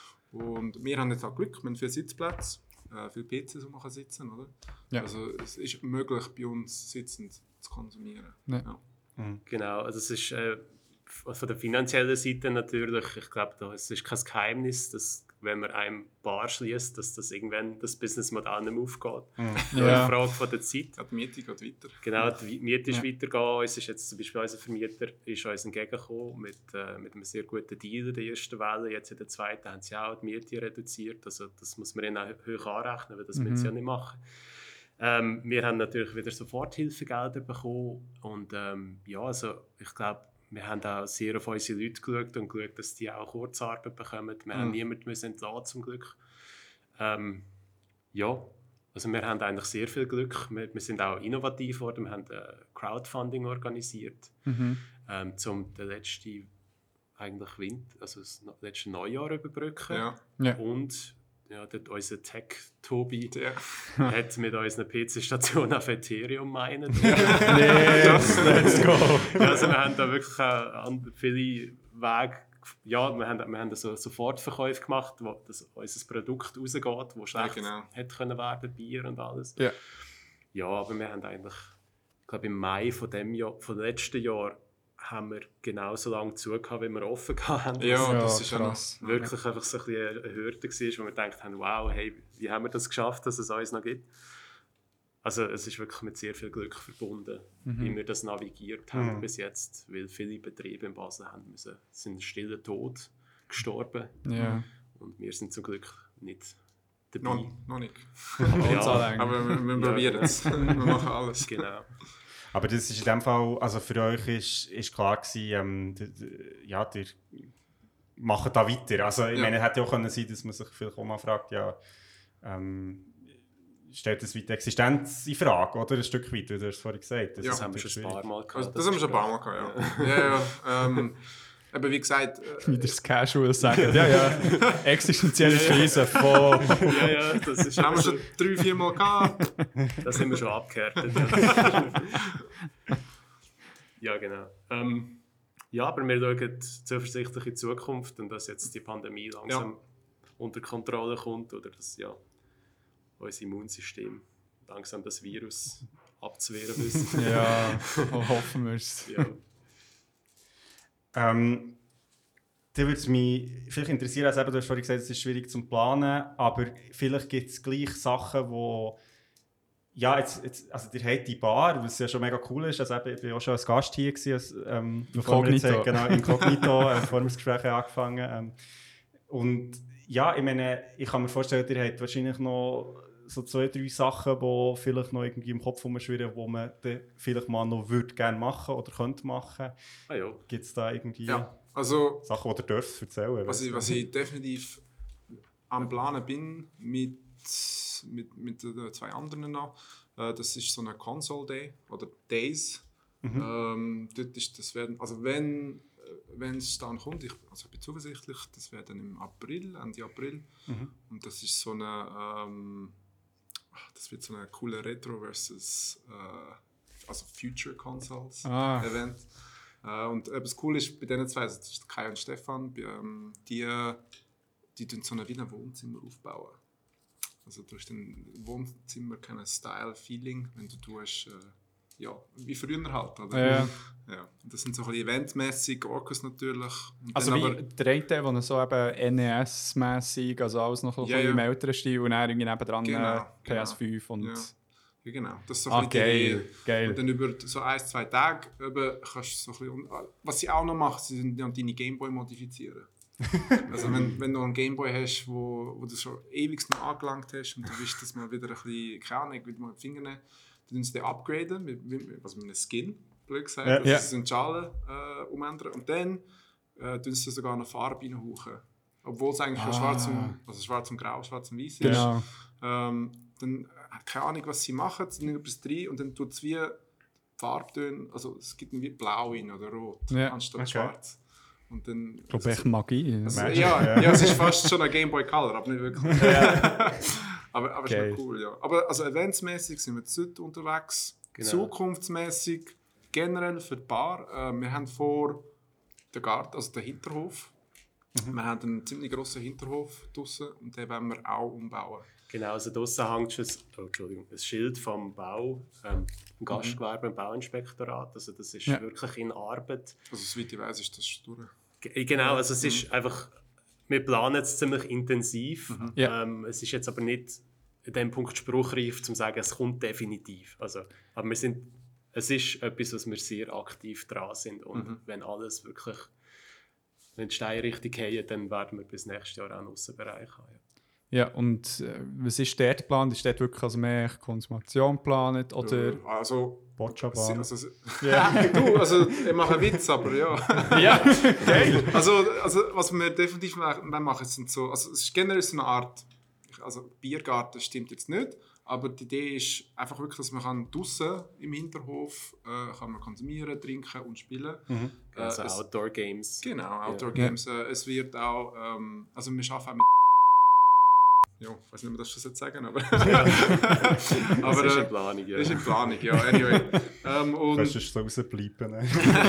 Speaker 3: Und wir haben jetzt auch Glück, wir haben viele Sitzplätze, äh, viele P Cs, wo man kann sitzen kann.
Speaker 1: Ja.
Speaker 3: Also es ist möglich, bei uns sitzend zu konsumieren.
Speaker 1: Ja.
Speaker 3: Ja.
Speaker 4: Genau, also es ist äh, von der finanziellen Seite natürlich, ich glaube, da, es ist kein Geheimnis, dass wenn man einem Bar schließt, dass das irgendwann das Businessmodell nicht mehr aufgeht.
Speaker 2: Mhm.
Speaker 4: Nur
Speaker 1: Ja.
Speaker 4: eine Frage von der Zeit.
Speaker 3: Ja, die Miete geht weiter.
Speaker 4: Genau, die Miete ist
Speaker 1: Ja.
Speaker 4: weitergegangen. Uns ist jetzt zum Beispiel unser Vermieter ist uns entgegengekommen mit, äh, mit einem sehr guten Deal in der ersten Welle. Jetzt in der zweiten haben sie auch die Miete reduziert. Also das muss man ihnen auch hoch anrechnen, weil das
Speaker 1: Mhm.
Speaker 4: müssen sie ja nicht machen. Ähm, wir haben natürlich wieder Soforthilfegelder bekommen. Und ähm, ja, also ich glaube, wir haben auch sehr auf unsere Leute geschaut und geschaut, dass die auch Kurzarbeit bekommen. Wir
Speaker 3: Mhm.
Speaker 4: haben niemanden müssen entlassen, zum Glück. Ähm, ja, also wir haben eigentlich sehr viel Glück. Wir, wir sind auch innovativ geworden. Wir haben äh, Crowdfunding organisiert,
Speaker 1: Mhm.
Speaker 4: ähm, um den letzten eigentlich Winter, also das no- letzte Neujahr zu überbrücken.
Speaker 3: Ja.
Speaker 1: Ja.
Speaker 4: Und ja, dort unser Tech-Tobi
Speaker 3: Der.
Speaker 4: hat mit unserer P C-Station auf Ethereum meinen.
Speaker 1: Yes, let's go.
Speaker 4: Also wir haben da wirklich auch an- viele Wege, ja, wir haben, wir haben so Sofortverkäufe gemacht, wo das, unser Produkt rausgeht, wo schlecht
Speaker 3: Ja, genau.
Speaker 4: hätte können werden, Bier und alles.
Speaker 1: Ja.
Speaker 4: Ja, aber wir haben eigentlich, ich glaube im Mai von dem Jahr, von letzten Jahr haben wir genauso lange zugehört, wie wir offen hatten.
Speaker 3: Ja,
Speaker 1: Ja,
Speaker 3: das ist ja noch.
Speaker 1: krass.
Speaker 4: Wirklich einfach so ein bisschen eine Hürde war, wo wir gedacht haben, wow, hey, wie haben wir das geschafft, dass es uns noch gibt? Also es ist wirklich mit sehr viel Glück verbunden, wie wir das navigiert haben
Speaker 2: Mhm.
Speaker 4: bis jetzt, weil viele Betriebe in Basel haben müssen, sind stillen Tod gestorben
Speaker 1: Ja.
Speaker 4: und wir sind zum Glück nicht dabei.
Speaker 3: Noch, noch nicht.
Speaker 1: Ganz
Speaker 4: Ja,
Speaker 1: allein.
Speaker 3: Aber wir, wir
Speaker 4: Ja,
Speaker 3: probieren
Speaker 4: genau.
Speaker 3: es. Wir machen alles.
Speaker 4: Genau.
Speaker 2: Aber das ist in dem Fall, also für euch ist, ist klar gewesen, ähm, d- d- ja, ihr macht da weiter. Also ich
Speaker 3: Ja.
Speaker 2: meine, es hätte ja auch können sein, dass man sich vielleicht auch mal fragt, ja, ähm, stellt das weiter Existenz in Frage, oder? Ein Stück weit, du hast es vorhin gesagt.
Speaker 3: Ja,
Speaker 4: Das
Speaker 2: ist
Speaker 4: haben wir schon
Speaker 2: natürlich
Speaker 4: ein paar
Speaker 2: schwierig.
Speaker 4: Mal gehabt.
Speaker 3: Also, das haben wir schon ein paar Mal gehabt, ja. ja, ja ähm, aber wie gesagt, äh,
Speaker 1: Wieder das Casual sagen. Ja, ja. Existenzielle Krise. Voll.
Speaker 4: Ja, ja, das ist
Speaker 3: haben wir schon drei, vier Mal gehabt.
Speaker 4: Das haben wir schon abgehärtet. Ja, genau. Ähm, ja, aber wir schauen zuversichtlich in die Zukunft und dass jetzt die Pandemie langsam
Speaker 3: Ja.
Speaker 4: unter Kontrolle kommt oder dass ja, unser Immunsystem langsam das Virus abzuwehren wissen.
Speaker 1: Ja, hoffen wir es.
Speaker 4: Ja.
Speaker 2: Ähm, da würde es mich vielleicht interessieren, also eben, du hast vorhin gesagt, es ist schwierig zu planen, aber vielleicht gibt es gleich Sachen, wo ja, jetzt, jetzt, also ihr habt die Bar, was ja schon mega cool ist, also eben, ich war auch schon als Gast hier gewesen, als, ähm, bevor wir jetzt,
Speaker 1: Inkognito.
Speaker 2: äh, genau, Inkognito, äh, bevor wir das Gespräch haben angefangen ähm, und ja, ich meine, ich kann mir vorstellen, ihr habt wahrscheinlich noch so zwei, drei Sachen, die vielleicht noch irgendwie im Kopf rumschwirren, die man dann vielleicht mal noch würde gerne machen oder könnte machen.
Speaker 4: Ah, ja.
Speaker 2: Gibt es da irgendwie
Speaker 3: Ja, also
Speaker 2: Sachen, die ihr dürft erzählen?
Speaker 3: was ich, was ich definitiv am Planen bin mit, mit, mit den zwei anderen noch, äh, das ist so eine Console Day oder Days.
Speaker 2: Mhm.
Speaker 3: Ähm, dort ist das werden, also wenn wenn es dann kommt, ich, also ich bin zuversichtlich, das wäre dann im April, Ende April.
Speaker 2: Mhm.
Speaker 3: Und das ist so eine, ähm, ach, das wird so eine coole Retro versus äh, also Future Consoles
Speaker 1: Ah.
Speaker 3: Event. Äh, und etwas cool ist bei diesen zwei, also das ist Kai und Stefan, bei, ähm, die, die tun so eine wie ein Wohnzimmer aufbauen. Also du hast ein Wohnzimmer, kein Style-Feeling, wenn du tust, äh, ja, wie früher halt. Oder?
Speaker 1: Ja.
Speaker 3: Ja. Und das sind so ein bisschen eventmäßig, Orcus natürlich. Und
Speaker 1: Also
Speaker 3: dann
Speaker 1: wie
Speaker 3: aber,
Speaker 1: der eine, der so eben N E S-mässig, also alles noch ein
Speaker 3: Ja,
Speaker 1: bisschen im
Speaker 3: ja.
Speaker 1: älteren Stil und dann irgendwie nebendran
Speaker 3: Genau,
Speaker 1: äh, P S fünf und...
Speaker 3: ja. Ja, genau. Das ist so
Speaker 1: Ah,
Speaker 3: ein bisschen die
Speaker 1: geil,
Speaker 3: Idee.
Speaker 1: geil.
Speaker 3: Und dann über so ein, zwei Tage eben kannst du so ein bisschen, was sie auch noch machen, sie sind dann deine Gameboy modifizieren. Also wenn, wenn du einen Gameboy hast, wo, wo du schon ewig noch angelangt hast und du willst das mal wieder ein bisschen, keine Ahnung, wieder mal mit den Fingern nehmen, dann tun sie den upgraden, mit, mit, also mit einem Skin, blöd gesagt,
Speaker 2: Ja.
Speaker 3: also
Speaker 1: Ja.
Speaker 3: sie sind Schalen äh, umändern und dann äh, tun sie sogar noch Farbe reinhauchen. Obwohl es eigentlich
Speaker 1: Ah.
Speaker 3: schon schwarz und, also schwarz und grau, schwarz und weiß ist.
Speaker 1: Genau.
Speaker 3: Ähm, dann keine Ahnung, was sie machen, sie nehmen etwas rein und dann tut es wie Farbtöne, also es gibt wie blau rein oder rot,
Speaker 1: Ja,
Speaker 3: anstatt
Speaker 2: okay.
Speaker 3: schwarz. Und dann,
Speaker 1: Ich glaube, echt Magie.
Speaker 3: also,
Speaker 2: Magic,
Speaker 3: ja,
Speaker 2: ja.
Speaker 3: ja, es ist fast schon ein Game Boy Color, aber nicht wirklich. aber aber es
Speaker 1: Geil.
Speaker 3: ist noch cool, ja. Aber also eventsmäßig sind wir zu unterwegs,
Speaker 4: Genau.
Speaker 3: zukunftsmäßig generell für die Bar, äh, wir haben vor den Garten, also den Hinterhof, mhm. wir haben einen ziemlich grossen Hinterhof draussen und den wollen wir auch umbauen.
Speaker 4: Genau, also draussen hängt schon ein, oh, Entschuldigung, ein Schild vom Bau, ähm, vom Gastgewerbe und Bauinspektorat. Also das ist ja. wirklich in Arbeit.
Speaker 3: Also soweit ich weiss, ist das durch.
Speaker 4: G- genau, also es ist mhm. einfach, wir planen es ziemlich intensiv. Mhm. Ja. Ähm, es ist jetzt aber nicht an dem Punkt spruchreif, um zu sagen, es kommt definitiv. Also, aber wir sind, es ist etwas, was wir sehr aktiv dran sind. Und mhm. wenn alles wirklich, wenn die Steine richtig haben, dann werden wir bis nächstes Jahr auch einen Aussenbereich haben. Ja.
Speaker 1: Ja, und äh, was ist dort geplant? Ist dort wirklich also mehr Konsumation geplant? Oder?
Speaker 3: Äh, also,
Speaker 2: Boccia-Bahn.
Speaker 3: Also, ja. Du, also ich mache einen Witz, aber ja.
Speaker 1: Ja, geil.
Speaker 3: Also, also, was wir definitiv machen, sind so, also es ist generell so eine Art, also Biergarten stimmt jetzt nicht, aber die Idee ist einfach wirklich, dass man kann draussen im Hinterhof äh, kann man konsumieren, trinken und spielen.
Speaker 4: Mhm.
Speaker 3: Äh,
Speaker 4: also
Speaker 3: es,
Speaker 4: Outdoor Games.
Speaker 3: Genau, Outdoor
Speaker 4: ja.
Speaker 3: Games. Äh, es wird auch, ähm, also wir arbeiten auch mit ja, ich weiß nicht, ob wir das schon sagen, aber...
Speaker 4: Ja.
Speaker 3: aber
Speaker 4: das ist
Speaker 3: äh,
Speaker 4: in Planung, ja.
Speaker 3: Das ist in Planung, ja, anyway. ähm, und
Speaker 2: kannst du so rausbleiben, ne?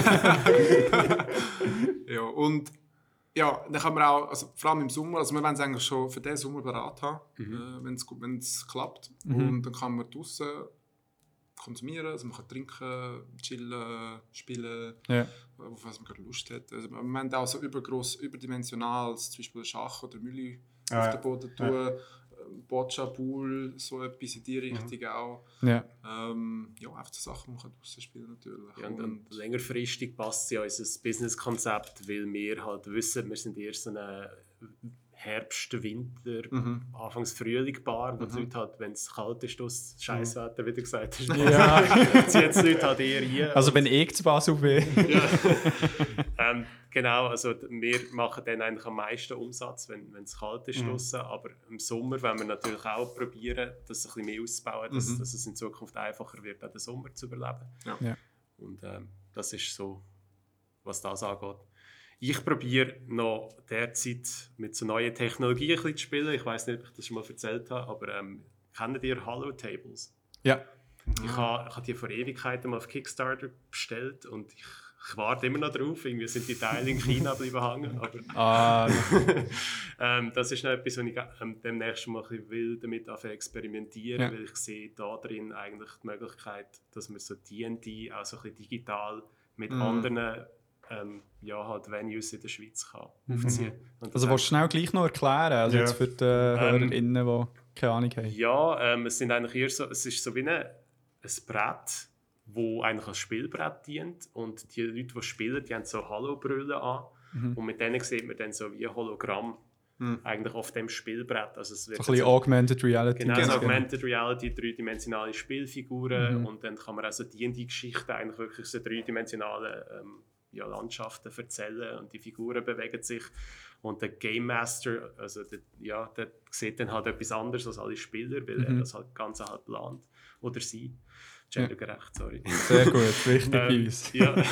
Speaker 3: Ja, und ja, dann kann man auch, also vor allem im Sommer, also wir wollen es eigentlich schon für diesen Sommer bereit haben, mhm. äh, wenn es klappt. Mhm. Und dann kann man draussen konsumieren, also man kann trinken, chillen, spielen,
Speaker 1: ja.
Speaker 3: auf was man gerade Lust hat. Also wir haben auch so übergross, überdimensionales, zum Beispiel Schach oder Mühle ah, auf den Boden tun, ja. Boccia, Pool, so etwas in die Richtung mhm. auch.
Speaker 1: Ja.
Speaker 3: Ähm, ja, einfach so Sachen, die man draussen spielen natürlich.
Speaker 4: Ja, und, und längerfristig passt ja unser Business-Konzept, weil wir halt wissen, wir sind erst so eine Herbst, Winter, mhm. Anfangs Frühling Bar, wo mhm. die Leute halt, wenn es kalt ist, das Scheisswetter, wie du gesagt hast,
Speaker 1: ja.
Speaker 4: zieht die Leute halt eher hier.
Speaker 1: Also wenn ich zu Basel bin.
Speaker 4: ja. ähm, genau, also wir machen dann eigentlich am meisten Umsatz, wenn es kalt ist mhm. draussen, aber im Sommer wollen wir natürlich auch probieren, das ein bisschen mehr auszubauen, dass, mhm. dass es in Zukunft einfacher wird, auch den Sommer zu überleben.
Speaker 3: Ja.
Speaker 1: Ja.
Speaker 4: Und ähm, das ist so, was das angeht. Ich probiere noch derzeit mit so neuen Technologien ein bisschen zu spielen. Ich weiß nicht, ob ich das schon mal erzählt habe, aber ähm, kennt ihr Holo-Tables?
Speaker 1: Ja.
Speaker 4: Ich habe ich ha die vor Ewigkeiten mal auf Kickstarter bestellt und ich, ich warte immer noch drauf. Irgendwie sind die Teile in China bleiben hängen. Aber
Speaker 1: ah.
Speaker 4: ähm, das ist noch etwas, was ich ähm, demnächst mal ein bisschen will, damit experimentieren, ja. weil ich sehe da drin eigentlich die Möglichkeit, dass man so D und D auch so ein bisschen digital mit mm. anderen Ähm, ja, halt Venues in der Schweiz kann aufziehen.
Speaker 1: Mhm. Also willst du schnell gleich noch erklären, also ja. jetzt für die äh, HörerInnen, ähm, die keine Ahnung haben?
Speaker 4: Ja, ähm, es sind eigentlich eher so, es ist so wie eine, ein Brett, das eigentlich als Spielbrett dient und die Leute, die spielen, die haben so Halo-Brillen an mhm. und mit denen sieht man dann so wie ein Hologramm mhm. eigentlich auf dem Spielbrett. Also es wird
Speaker 1: so ein bisschen so, Augmented Reality.
Speaker 4: Genau, genau. Augmented Reality, dreidimensionale Spielfiguren mhm. und dann kann man also die und die Geschichten eigentlich wirklich so dreidimensionale ähm, ja, Landschaften erzählen und die Figuren bewegen sich und der Game Master, also der, ja, der sieht dann halt etwas anderes als alle Spieler, weil mhm. er das halt ganz halt plant oder sie. Gendergerecht, sorry.
Speaker 1: Sehr gut, wichtig
Speaker 4: ähm, ja.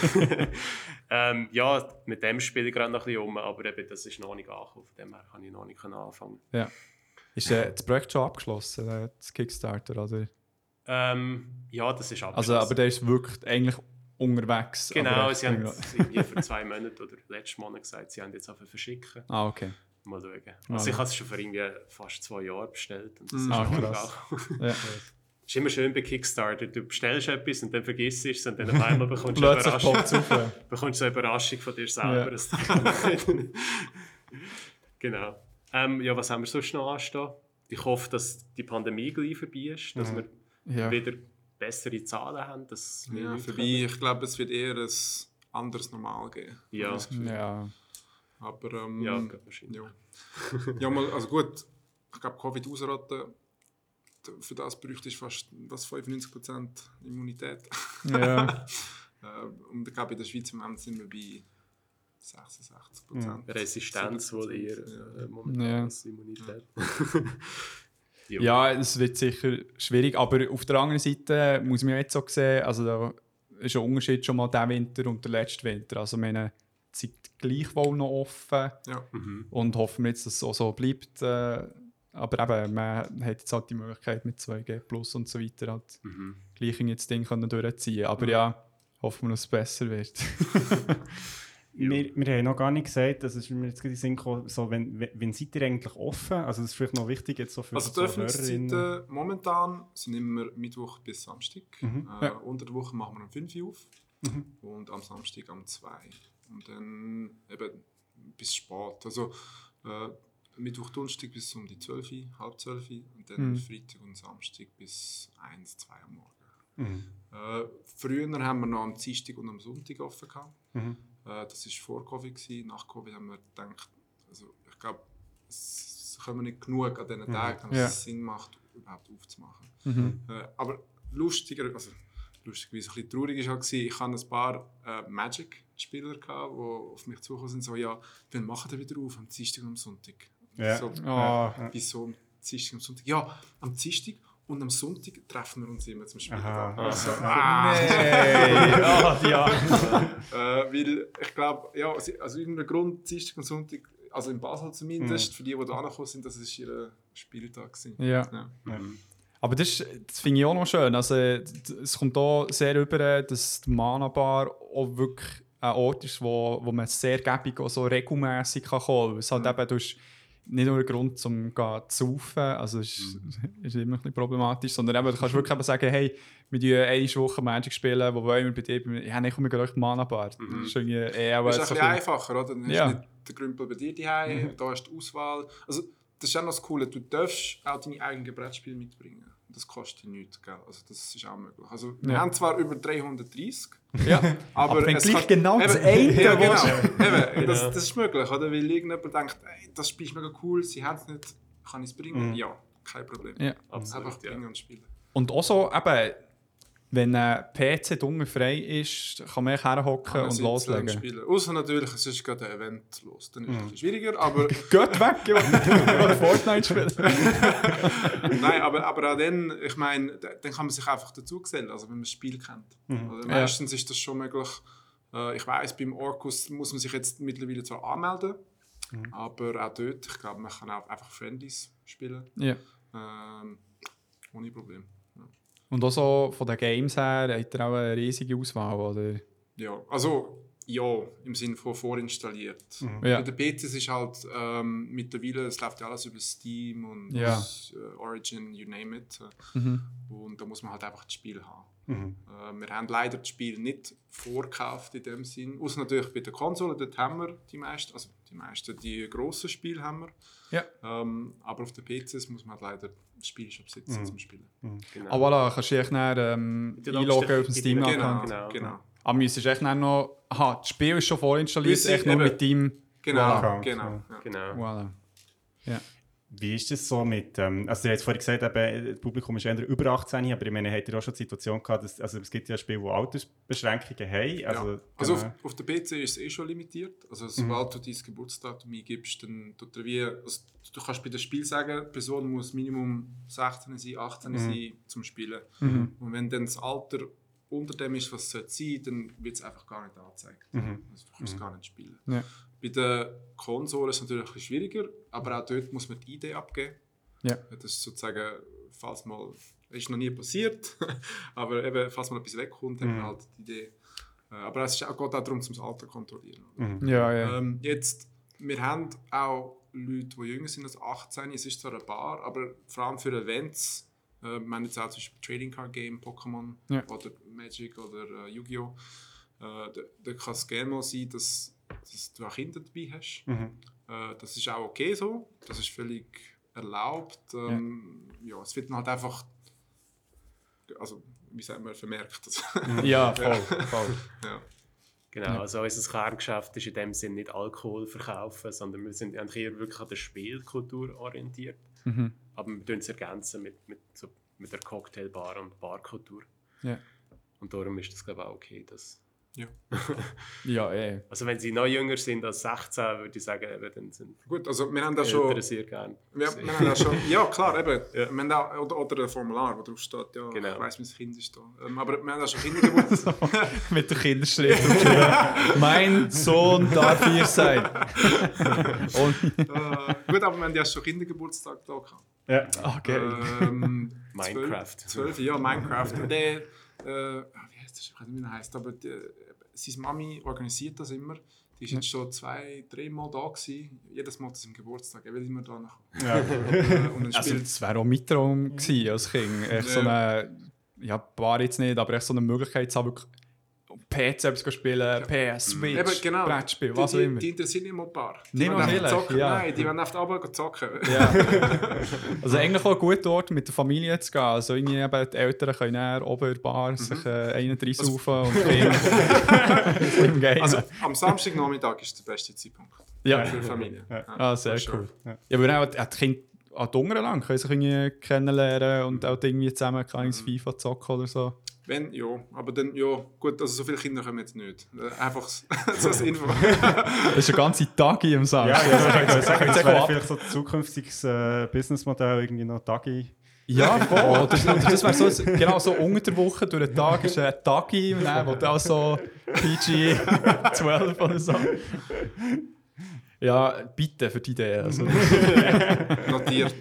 Speaker 4: ähm, ja, mit dem spiele ich gerade noch ein bisschen um, aber eben, das ist noch nicht angekommen, von dem her kann ich noch nicht anfangen.
Speaker 1: Ja. Ist äh, das Projekt schon abgeschlossen, äh, das Kickstarter, oder?
Speaker 4: Ähm, ja, das ist abgeschlossen.
Speaker 1: Also, aber der ist wirklich eigentlich unterwegs.
Speaker 4: Genau, sie haben irgendwie vor zwei Monaten oder letzten Monat gesagt, sie haben jetzt einfach verschicken.
Speaker 1: Ah, okay.
Speaker 4: Mal schauen. Also ah, ich habe es schon vor irgendwie fast zwei Jahren bestellt und das
Speaker 1: mm,
Speaker 4: ist
Speaker 1: ah,
Speaker 4: noch
Speaker 1: krass.
Speaker 4: ja. Es ist immer schön bei Kickstarter, du bestellst etwas und dann vergisst es und dann auf einmal bekommst du eine Überraschung, bekommst du eine Überraschung von dir selber. Ja. Genau. Ähm, ja, was haben wir sonst noch anstehen? Ich hoffe, dass die Pandemie gleich vorbei ist, dass mhm. wir ja. wieder bessere Zahlen haben. Dass wir
Speaker 3: ja, vorbei. Ich glaube, es wird eher ein anderes Normal geben.
Speaker 4: Ja.
Speaker 1: ja.
Speaker 3: Aber ähm,
Speaker 4: ja,
Speaker 3: ja. ja, mal, also gut, ich glaube, Covid ausrotten, für das bräuchte ich fast das fünfundneunzig Prozent Immunität.
Speaker 1: Ja.
Speaker 3: Und ich glaube, in der Schweiz sind wir bei sechsundsechzig Prozent.
Speaker 4: Ja. Resistenz wohl eher äh, momentan
Speaker 1: ja.
Speaker 4: als Immunität.
Speaker 1: Ja. Ja, es wird sicher schwierig, aber auf der anderen Seite muss man jetzt auch sehen, also da ist ein Unterschied schon mal der Winter und der letzte Winter. Also meine Zeit gleichwohl noch offen
Speaker 3: ja.
Speaker 1: mhm. und hoffen wir jetzt, dass es auch so bleibt. Äh, aber eben, man hat jetzt halt die Möglichkeit mit zwei G plus und so weiter halt mhm. gleich jetzt Ding können durchziehen. Aber mhm. ja, hoffen wir, dass es besser wird.
Speaker 2: Wir, wir haben noch gar nicht gesagt, das ist mir jetzt gerade in den Sinn gekommen, so, wenn, wenn, wenn seid ihr eigentlich offen? Also das ist vielleicht noch wichtig jetzt so für
Speaker 3: Also die
Speaker 2: so
Speaker 3: Öffnungszeiten momentan sind immer Mittwoch bis Samstag.
Speaker 2: Mhm.
Speaker 3: Äh,
Speaker 1: Ja.
Speaker 3: Unter der Woche machen wir um fünf Uhr auf
Speaker 2: Mhm.
Speaker 3: und am Samstag um zwei. Und dann eben bis spät. Also äh, Mittwoch, Donnerstag bis um die zwölf, halb zwölf und dann
Speaker 1: Mhm.
Speaker 3: Freitag und Samstag bis eins, zwei Uhr morgen.
Speaker 2: Mhm.
Speaker 3: Äh, früher haben wir noch am Dienstag und am Sonntag offen gehabt.
Speaker 2: Mhm.
Speaker 3: Äh, das war vor Covid gewesen. Nach Covid haben wir gedacht, also ich glaube, es kommen nicht genug an diesen Tagen, dass
Speaker 1: Ja.
Speaker 3: es Sinn macht, überhaupt aufzumachen.
Speaker 1: Mhm.
Speaker 3: Äh, aber lustiger, also lustigerweise ein bisschen traurig war, halt, ich hatte ein paar äh, Magic-Spieler, die auf mich zugekommen sind, so, ja, wann machen wir wieder auf? Am Dienstag und am Sonntag.
Speaker 2: Ja.
Speaker 3: So,
Speaker 1: Ah.
Speaker 3: äh, wieso am Dienstag und am Sonntag? Ja, am Dienstag und am Sonntag treffen wir uns immer zum Spielen.
Speaker 2: Aha.
Speaker 3: Also,
Speaker 1: Ah.
Speaker 2: Hey, oh, ja.
Speaker 3: Äh, weil ich glaube, ja, also aus irgendeinem Grund, Dienstag und Sonntag, also in Basel zumindest,
Speaker 2: Mhm.
Speaker 3: für die, die da angekommen sind, das war ihr Spieltag gewesen.
Speaker 1: Ja.
Speaker 3: Ja.
Speaker 1: Aber das, ist- das finde ich auch noch schön. Also, d- es kommt auch sehr rüber, dass die Mana Bar auch wirklich ein Ort ist, wo, wo man sehr gäbig auch so regelmässig kann kommen kann. Es halt
Speaker 3: Mhm.
Speaker 1: eben, du hast nicht nur einen Grund, um zu saufen, also es ist, ist immer ein bisschen problematisch, sondern eben, du kannst wirklich eben sagen, hey, wir spielen eine Woche Magic spielen, wo wollen wir bei dir? Ja, dann kommen wir gleich die Mana Bar. Das ist irgendwie eh auch
Speaker 3: Das ist
Speaker 1: so
Speaker 3: ein
Speaker 1: ein
Speaker 3: bisschen einfacher, oder? Dann hast
Speaker 1: Ja.
Speaker 3: du nicht den Grümpel bei dir daheim, da hast du die Auswahl. Also, das ist auch noch das Coole, du darfst auch deine eigenen Brettspiele mitbringen. Das kostet nichts, gell? Also das ist auch möglich. Also, wir
Speaker 1: Ja.
Speaker 3: haben zwar über dreihundertdreißig,
Speaker 1: Ja.
Speaker 3: aber,
Speaker 1: Aber wenn
Speaker 3: es
Speaker 1: gleich
Speaker 3: kann-
Speaker 1: genau das
Speaker 3: eben,
Speaker 1: eine
Speaker 3: ja,
Speaker 1: willst.
Speaker 3: genau. Eben, das,
Speaker 4: Genau.
Speaker 3: das ist möglich, oder? Weil irgendjemand denkt, ey, das Spiel ist mega cool, sie haben es nicht, kann ich es bringen?
Speaker 2: Mhm.
Speaker 3: Ja, kein Problem.
Speaker 1: Ja.
Speaker 4: Absolut,
Speaker 3: Einfach
Speaker 4: ja.
Speaker 3: bringen und spielen.
Speaker 1: Und auch so, eben, wenn ein P C dunkel frei ist, kann man herhocken und loslegen.
Speaker 3: Spielen. Außer natürlich, es ist gerade ein Event los, dann ist es
Speaker 2: Mhm.
Speaker 3: ein bisschen schwieriger, aber
Speaker 1: Geht weg, ich will Fortnite spielen.
Speaker 3: Nein, aber, aber auch dann, ich meine, da- dann kann man sich einfach dazu gesellen, also wenn man das Spiel kennt.
Speaker 2: Mhm.
Speaker 3: Also
Speaker 1: Ja.
Speaker 3: meistens ist das schon möglich. Äh, ich weiss, beim Orkus muss man sich jetzt mittlerweile zwar anmelden,
Speaker 2: Mhm.
Speaker 3: aber auch dort, ich glaube, man kann auch einfach Friendlies spielen.
Speaker 1: Ja.
Speaker 3: Ähm, ohne Problem. Ja.
Speaker 1: Und auch so von den Games her hat er auch eine riesige Auswahl, oder?
Speaker 3: Ja, also ja, im Sinne von vorinstalliert.
Speaker 2: Mhm.
Speaker 1: Ja.
Speaker 3: Bei den P Cs ist halt ähm, mittlerweile, es läuft ja alles über Steam und
Speaker 1: Ja.
Speaker 3: äh, Origin, you name it.
Speaker 1: Mhm.
Speaker 3: Und da muss man halt einfach das Spiel haben.
Speaker 2: Mhm.
Speaker 3: Äh, wir haben leider das Spiel nicht vorgekauft in dem Sinn. Außer natürlich bei der Konsole, dort haben wir die meisten, also die meisten, die grossen Spiele haben wir.
Speaker 1: Ja.
Speaker 3: Ähm, aber auf den P Cs muss man halt leider das Spiel schon besitzen
Speaker 2: Mhm.
Speaker 3: zum Spielen.
Speaker 4: Genau.
Speaker 1: Aber voilà, kannst du dich dann ähm,
Speaker 4: Du
Speaker 1: einloggen
Speaker 4: loggst
Speaker 1: auf den
Speaker 4: dich in
Speaker 1: Steam
Speaker 4: deinen-
Speaker 1: Account.
Speaker 3: Genau,
Speaker 4: genau.
Speaker 3: genau.
Speaker 1: Aber müsstest du echt dann noch... Aha, das Spiel ist schon vorinstalliert,
Speaker 3: Bis sie
Speaker 1: echt nur
Speaker 3: eben-
Speaker 1: mit deinem...
Speaker 3: Genau,
Speaker 2: Voilà.
Speaker 3: genau.
Speaker 2: Ja.
Speaker 3: Ja.
Speaker 4: Genau.
Speaker 1: Voilà.
Speaker 2: Wie ist das so mit, ähm, also ihr habt vorhin gesagt, eben, das Publikum ist eher über achtzehn, aber ich meine, habt ihr auch schon die Situation gehabt, dass, also es gibt ja Spiele, die Altersbeschränkungen haben? Also,
Speaker 3: Ja. Also
Speaker 2: genau.
Speaker 3: auf, auf der P C ist es eh schon limitiert. Also sobald du dein Geburtsdatum eingibst, dann tut er wie, also du kannst bei dem Spiel sagen, die Person muss Minimum sechzehn sein, achtzehn
Speaker 2: Mhm.
Speaker 3: sein zum Spielen.
Speaker 1: Mhm.
Speaker 3: Und wenn dann das Alter unter dem ist, was es sein sollte, dann wird es einfach gar nicht angezeigt.
Speaker 2: Mhm.
Speaker 3: Also du kannst es gar nicht spielen.
Speaker 1: Ja.
Speaker 3: Bei der Konsole ist es natürlich ein bisschen schwieriger, aber auch dort muss man die I D abgeben.
Speaker 1: Ja.
Speaker 3: Das ist sozusagen, falls mal, ist noch nie passiert, aber eben, falls mal etwas wegkommt, haben wir
Speaker 2: Mhm.
Speaker 3: halt die Idee. Äh, Aber es ist auch, geht auch darum, zum Alter zu kontrollieren. oder?
Speaker 2: Mhm.
Speaker 1: Ja, ja.
Speaker 3: Ähm, jetzt, wir haben auch Leute, die jünger sind als achtzehn. Es ist zwar eine Bar, aber vor allem für Events, äh, wir haben jetzt auch zum Beispiel Trading Card Game, Pokémon
Speaker 1: Ja.
Speaker 3: oder Magic oder äh, Yu-Gi-Oh! Äh, da, da kann es gerne mal sein, dass, dass du auch Kinder dabei hast.
Speaker 2: Mhm.
Speaker 3: Äh, das ist auch okay so, das ist völlig erlaubt. Ähm, ja. es wird dann halt einfach, also wie sagt man, vermerkt.
Speaker 1: Ja, voll, voll.
Speaker 3: ja.
Speaker 4: Genau, also unser Kerngeschäft ist in dem Sinne nicht Alkohol verkaufen, sondern wir sind eigentlich eher wirklich an der Spielkultur orientiert.
Speaker 1: Mhm.
Speaker 4: Aber wir tun es ergänzen mit, mit, so, mit der Cocktailbar und Barkultur.
Speaker 1: Ja.
Speaker 4: Und darum ist das, glaube ich, auch okay. Dass,
Speaker 1: Ja, eh.
Speaker 4: also wenn sie noch jünger sind als sechzehn, würde ich sagen, eben, dann sind
Speaker 3: Gut, also wir haben da
Speaker 4: Eltern
Speaker 3: schon...
Speaker 4: sehr gerne.
Speaker 3: Ja,
Speaker 4: gesehen.
Speaker 3: wir haben das schon, ja, klar, eben.
Speaker 4: Ja.
Speaker 3: Wir haben da, oder, oder ein Formular, wo drauf steht, ja,
Speaker 4: Genau.
Speaker 3: ich weiss, mein Kind ist da. Ähm, aber wir haben da schon Kindergeburtstag.
Speaker 1: Mit der Kinderschrift. Mein Sohn darf hier sein. Und,
Speaker 3: äh, gut, aber wir haben ja schon Kindergeburtstag da gehabt.
Speaker 2: Ja.
Speaker 1: okay.
Speaker 3: Ähm,
Speaker 4: Minecraft.
Speaker 3: Zwölf, zwölf, ja, Minecraft. Und der, äh, ah, wie heisst ich weiß nicht, wie er heisst, aber die, seine Mami organisiert das immer. Die war jetzt schon zwei, drei Mal da gewesen. Jedes Mal zu seinem Geburtstag. Er will immer da nachkommen.
Speaker 2: Ja.
Speaker 3: Äh, und dann
Speaker 1: Also,
Speaker 3: spielt
Speaker 1: das wäre auch mein Traum gewesen als Kind. Echt so eine, ja, Bar jetzt nicht, aber echt so eine Möglichkeit zu haben, wirklich P C etwas spielen, P S, Switch,
Speaker 3: Eben, genau.
Speaker 1: Brettspiel, was
Speaker 3: die,
Speaker 1: auch
Speaker 3: die,
Speaker 1: immer.
Speaker 3: die interessieren nicht mal ein paar. Die
Speaker 1: Nicht
Speaker 3: wollen
Speaker 1: mal
Speaker 3: einfach
Speaker 1: vielleicht,
Speaker 3: zocken.
Speaker 1: ja.
Speaker 3: Nein, die wollen einfach runter zocken.
Speaker 1: Ja. Also eigentlich auch ein guter Ort, mit der Familie zu gehen. Also irgendwie eben die Eltern können dann oben in der Bar sich äh, einen reinsaufen und die Kinder im Game.
Speaker 3: Also am Samstagnachmittag ist der beste Zeitpunkt
Speaker 1: ja.
Speaker 3: für die Familie.
Speaker 2: Ja.
Speaker 1: Ah, sehr
Speaker 3: for sure.
Speaker 1: cool. Ja, ja aber auch die Kinder an die Unteren lang können sich irgendwie kennenlernen und auch irgendwie zusammen kann ins FIFA zocken oder so.
Speaker 3: Wenn, ja. Aber dann, ja, gut, also so viele Kinder kommen jetzt nicht. Äh, Einfach so als Info.
Speaker 1: Das ist ein ganzer Tag am Samstag.
Speaker 2: Ja, ja, das,
Speaker 1: das
Speaker 2: das wäre vielleicht so ein zukünftiges äh, Businessmodell, irgendwie noch Tagi.
Speaker 1: Ja, voll. Das, das wäre so, genau so unter der Woche durch den Tag ist ein Tagi und dann wird auch so P G zwölf oder so. Ja, bitte für die Idee. Also.
Speaker 3: Notiert.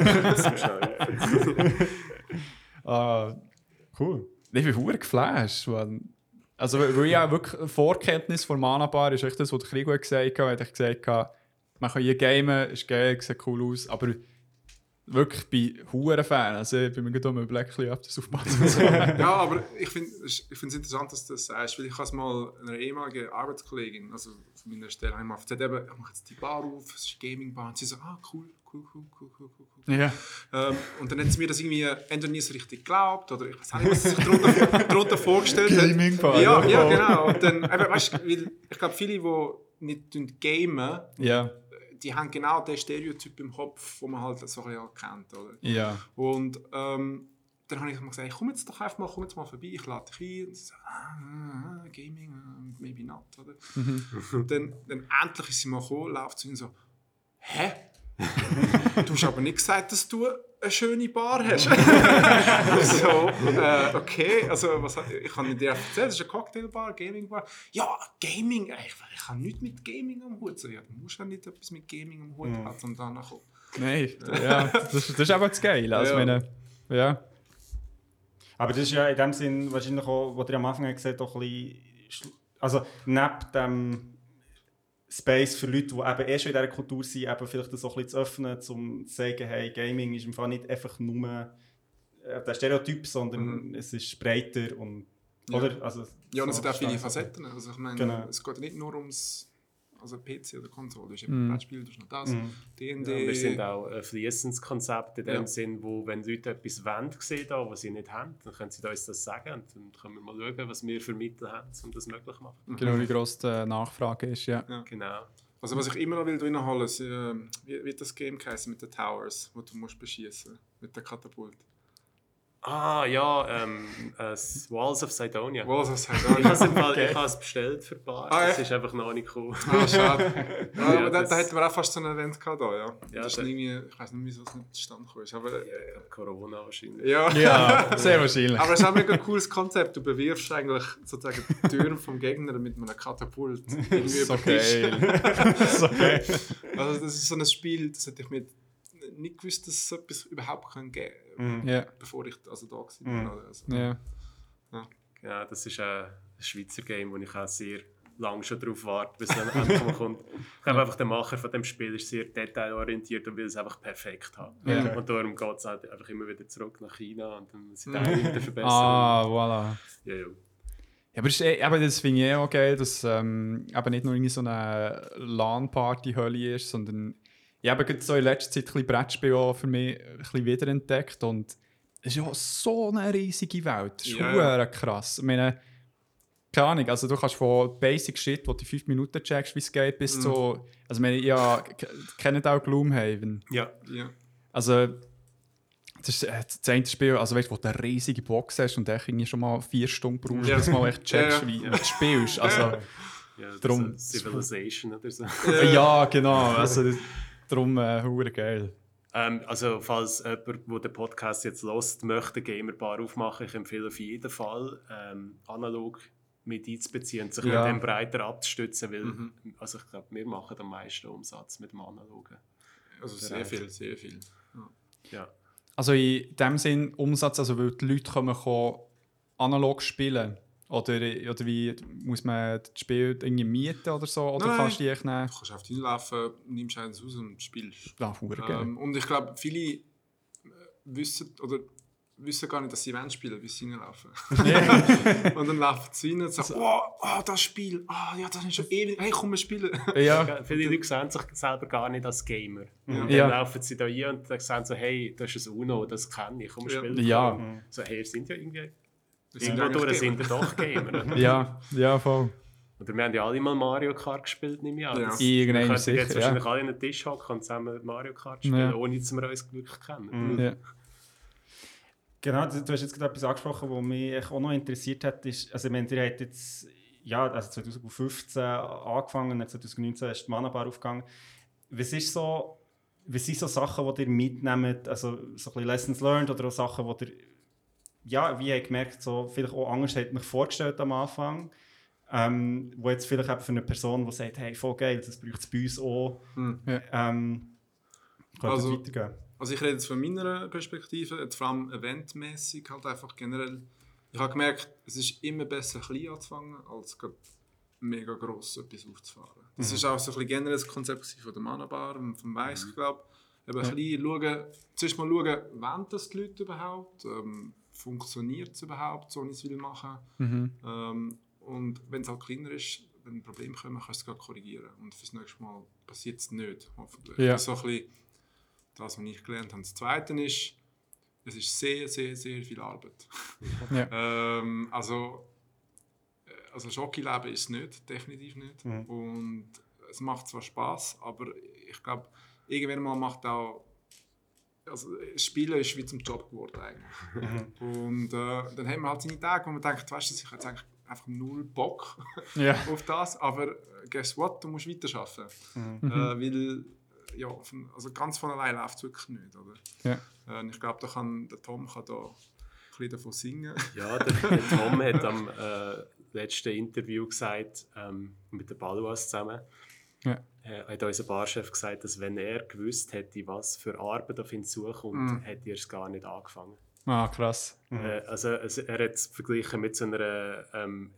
Speaker 1: uh,
Speaker 2: Cool.
Speaker 1: Ich bin verdammt geflasht. Man. Also, weil ich auch wirklich Vorkenntnis von Mana Bar ist echt das, was der Krigo gesagt hat. Ich gesagt habe, man kann hier gamen, ist geil, sieht cool aus, aber wirklich bin ich ein Fan. Also, ich bin mir gerade um überlegen, ob das aufpasst.
Speaker 3: Ja, aber ich finde ich es interessant, dass du das sagst, weil ich habe es mal einer ehemaligen Arbeitskollegin, also von meiner Stelle, habe ich mal erzählt, eben, ich mache jetzt die Bar auf, es ist eine Gaming-Bar, und sie so, ah, cool, cool, cool, cool, cool, cool.
Speaker 1: Ja.
Speaker 3: Ähm, und dann hat sie mir das irgendwie entweder nie so richtig geglaubt, oder ich weiß auch nicht, was sie sich darunter, darunter vorgestellt hat.
Speaker 1: Gaming-Bar.
Speaker 3: Ja, ja, genau. Und dann, eben, weißt, weil ich glaube, viele, die nicht gamen,
Speaker 1: Ja.
Speaker 3: die haben genau den Stereotyp im Kopf, den man halt so ein bisschen kennt, oder?
Speaker 1: Ja.
Speaker 3: Und ähm, dann habe ich mal gesagt, komm jetzt doch einfach mal, komm jetzt mal vorbei, ich lade dich ein. Und sie so, ah, ah, Gaming, uh, maybe not, oder?
Speaker 1: Mhm.
Speaker 3: Und dann, dann endlich ist sie mal gekommen, läuft zu ihnen so, hä? Du hast aber nicht gesagt, dass du eine schöne Bar hast. So, äh, okay, also was, ich kann dir erzählen, es ist eine Cocktailbar, Gaming-Bar. Ja, Gaming, ich, ich habe nichts mit Gaming am Hut. So, ja, du musst ja nicht etwas mit Gaming am Hut haben, um da nachzukommen.
Speaker 1: Nein, ja, das, das ist einfach zu geil. Also,
Speaker 3: Ja.
Speaker 1: meine, ja.
Speaker 2: Aber das ist ja in dem Sinn wahrscheinlich auch, was ihr am Anfang gesagt habt, auch ein bisschen, schl- also neben dem Space für Leute, die eben eh schon in dieser Kultur sind, eben vielleicht das auch ein bisschen zu öffnen, um zu sagen, hey, Gaming ist im Fall nicht einfach nur äh, der Stereotyp, sondern
Speaker 3: Mhm.
Speaker 2: es ist breiter und,
Speaker 3: Ja.
Speaker 2: oder? Also,
Speaker 3: Ja, und es
Speaker 2: so
Speaker 3: hat auch viele
Speaker 2: stark.
Speaker 3: Facetten. Also ich meine,
Speaker 2: Genau.
Speaker 3: es geht nicht nur ums also P C oder Konsole. Du hast eben
Speaker 1: Mhm.
Speaker 3: Brettspiel, du hast noch das,
Speaker 2: Mhm.
Speaker 3: D und
Speaker 4: Ja,
Speaker 3: D.
Speaker 4: wir sind auch ein fließendes Konzept in dem
Speaker 3: Ja.
Speaker 4: Sinn, wo, wenn Leute etwas wollen, sehen, da, was sie nicht haben, dann können sie uns das sagen und dann können wir mal schauen, was wir für Mittel haben, um das möglich zu machen.
Speaker 1: Genau, wie gross die Nachfrage ist, ja.
Speaker 4: Genau.
Speaker 3: Also was ich immer noch will reinholen, ist, äh, wie wird das Game geheißen mit den Towers, wo du musst beschießen mit der Katapult.
Speaker 4: Ah, ja, ähm, äh, das Walls of Sidonia.
Speaker 3: Was das heißt?
Speaker 4: Ich habe es im Fall- ich habe es bestellt für ein paar.
Speaker 3: Ah,
Speaker 4: Es
Speaker 3: echt?
Speaker 4: ist einfach noch nicht gekommen.
Speaker 3: Ah, schade. Ja,
Speaker 4: Ja,
Speaker 3: aber da,
Speaker 4: das-
Speaker 3: da hätten wir auch fast so ein Event gehabt, da, ja.
Speaker 4: Ja,
Speaker 3: das ist
Speaker 4: da-
Speaker 3: irgendwie, ich weiß nicht, wieso es nicht zustande gekommen ist, aber äh,
Speaker 4: Ja, Corona wahrscheinlich.
Speaker 3: ja.
Speaker 1: Ja, sehr wahrscheinlich.
Speaker 3: Aber es ist auch ein mega cooles Konzept. Du bewirfst eigentlich sozusagen die Türen vom Gegner mit einem Katapult. Irgendwie
Speaker 1: So
Speaker 3: über den Tisch.
Speaker 1: geil. So geil.
Speaker 3: Also das ist so ein Spiel, das hätte ich mir nicht gewusst, dass es so etwas überhaupt kann geben kann,
Speaker 2: Mhm.
Speaker 1: Ja,
Speaker 3: bevor ich also da war.
Speaker 2: Mhm.
Speaker 3: Also,
Speaker 1: ja.
Speaker 4: Ja, das ist ein Schweizer Game, wo ich auch sehr lange schon darauf warte, bis es dann endlich mal kommt. Ich glaube einfach, der Macher von dem Spiel ist sehr detailorientiert und will es einfach perfekt haben.
Speaker 1: Ja.
Speaker 4: Und darum geht es halt einfach immer wieder zurück nach China und dann sind die
Speaker 3: Mhm.
Speaker 4: Teile wieder verbessert.
Speaker 1: Ah, voilà.
Speaker 4: Ja, ja.
Speaker 1: Ja, aber das, ist eh, eben, das finde ich eh auch geil, dass ähm, eben nicht nur irgendwie so eine LAN-Party-Hölle ist, sondern ich habe gerade so in letzter Zeit ein bisschen Brettspiel auch für mich ein bisschen wiederentdeckt und es ist ja so eine riesige Welt. Das ist
Speaker 3: Ja,
Speaker 1: ja,
Speaker 3: ja.
Speaker 1: krass. Ich meine, keine Ahnung, also du kannst von Basic Shit, wo du fünf Minuten checkst, wie es geht, bis
Speaker 3: Mhm.
Speaker 1: zu... Also ich meine, ja, k- kennt auch Gloomhaven.
Speaker 4: ja.
Speaker 3: ja.
Speaker 1: Also, das ist äh, das eine Spiel, also weißt du, wo du eine riesige Box hast und echt irgendwie schon mal vier Stunden brauchst,
Speaker 3: Ja.
Speaker 1: bis du mal echt checkst,
Speaker 3: Ja, ja.
Speaker 1: wie wie du spielst. Also,
Speaker 4: Ja, das
Speaker 1: Drum-
Speaker 4: ist so Civilization oder so.
Speaker 1: äh, ja, genau. Also, das- darum äh, hure geil.
Speaker 4: Ähm, also falls jemand, der den Podcast jetzt hört, möchte eine Gamerbar aufmachen, ich empfehle auf jeden Fall, ähm, analog mit einzubeziehen und sich
Speaker 1: Ja.
Speaker 4: mit dem breiter abzustützen, weil
Speaker 3: Mhm.
Speaker 4: also ich glaube, wir machen am meisten Umsatz mit dem Analogen.
Speaker 3: Also sehr viel, sehr viel.
Speaker 4: Ja.
Speaker 1: Also in dem Sinn Umsatz, also weil die Leute kommen, kommen analog spielen. Oder, oder wie muss man das Spiel irgendwie mieten oder so? Oder
Speaker 3: Nein.
Speaker 1: kannst du die echt nehmen?
Speaker 3: Du kannst einfach reinlaufen, nimmst eins raus und spielst.
Speaker 1: Ja, verdammt geil.
Speaker 3: Ähm, und ich glaube, viele äh, wissen, oder wissen gar nicht, dass sie Events spielen, bis sie reinlaufen. Und dann laufen sie rein und sagen, oh, oh, das Spiel, oh, ja, das ist schon ewig, hey, komm, wir spielen.
Speaker 1: Ja,
Speaker 4: Viele Leute sehen sich selber gar nicht als Gamer. Und dann
Speaker 1: Ja.
Speaker 4: laufen sie da rein und dann sagen so, hey, das ist ein Uno, das kenne ich, komm,
Speaker 3: Ja.
Speaker 4: spielen.
Speaker 1: Ja.
Speaker 4: So, hey, ihr seid ja irgendwie...
Speaker 3: Wir sind
Speaker 4: Irgendwo durch
Speaker 3: eigentlich
Speaker 4: sind
Speaker 3: Gamer.
Speaker 4: ihr doch Gamer. oder?
Speaker 1: ja, ja, voll.
Speaker 4: Oder wir haben ja alle mal Mario Kart gespielt, nehme ich an.
Speaker 3: Ja.
Speaker 4: Das-
Speaker 1: Irgendwann
Speaker 4: wir könnten
Speaker 1: sicher,
Speaker 4: jetzt
Speaker 1: ja.
Speaker 4: wahrscheinlich alle an den Tisch hocken und zusammen Mario Kart spielen,
Speaker 1: Ja.
Speaker 4: ohne dass wir uns wirklich kennen.
Speaker 1: Ja.
Speaker 2: Genau, du, du hast jetzt gerade etwas angesprochen, was mich auch noch interessiert hat. Ist, also, ich meine, ihr habt jetzt ja, also zwanzig fünfzehn angefangen, dann zwanzig neunzehn ist die Mana-Bar aufgegangen. Was, ist so, was sind so Sachen, die ihr mitnehmt, also so ein bisschen Lessons learned oder auch Sachen, die ihr, ja, wie ihr gemerkt, so vielleicht auch anders habt euch vorgestellt am Anfang, ähm, wo jetzt vielleicht eben für eine Person, die sagt, hey, voll geil, das braucht es bei uns auch,
Speaker 3: Hm.
Speaker 2: ähm, könnt
Speaker 3: Also-
Speaker 2: ihr weitergehen?
Speaker 3: Also ich rede jetzt von meiner Perspektive, jetzt vor allem eventmäßig halt einfach generell. Ich habe gemerkt, es ist immer besser klein anzufangen, als gerade mega gross etwas aufzufahren. Das ist auch so ein bisschen generell das Konzept von der Mana-Bar und vom Weiss, ich glaube. Eben
Speaker 1: Ja.
Speaker 3: klein schauen, zuerst mal schauen, wollen das die Leute überhaupt? Ähm, funktioniert es überhaupt, so wie ich es will machen?
Speaker 1: Mhm.
Speaker 3: Ähm, und wenn es halt kleiner ist, wenn ein Problem kommt, kannst du es gerade korrigieren. Und fürs nächste Mal passiert es nicht, hoffentlich.
Speaker 1: Ja.
Speaker 3: Das ist so ein bisschen das, was ich gelernt habe. Das Zweite ist, es ist sehr, sehr, sehr viel Arbeit.
Speaker 1: Ja.
Speaker 3: ähm, also, äh, also Schocki-Leben ist es nicht, definitiv nicht.
Speaker 2: Mhm.
Speaker 3: Und es macht zwar Spaß, aber ich glaube, irgendwann mal macht auch also Spielen ist wie zum Job geworden eigentlich. Und äh, dann haben wir halt seine Tage, wo man denkt, weißt du, ich habe jetzt eigentlich einfach null Bock
Speaker 1: Ja.
Speaker 3: auf das, aber äh, guess what, du musst weiterarbeiten.
Speaker 1: Mhm.
Speaker 3: Äh, weil ja, von, also ganz von allein läuft es wirklich nicht. Oder?
Speaker 1: Ja.
Speaker 3: Äh, und ich glaube, da kann, der Tom kann da ein bisschen davon singen.
Speaker 4: Ja, der, der Tom hat am äh, letzten Interview gesagt, ähm, mit der Baluas zusammen,
Speaker 1: Ja.
Speaker 4: äh, hat unser Barchef gesagt, dass wenn er gewusst hätte, was für Arbeit auf ihn zukommt,
Speaker 3: Mhm.
Speaker 4: hätte er es gar nicht angefangen.
Speaker 1: Ah, krass.
Speaker 4: Äh, also, also er hat es verglichen mit so einer ähm,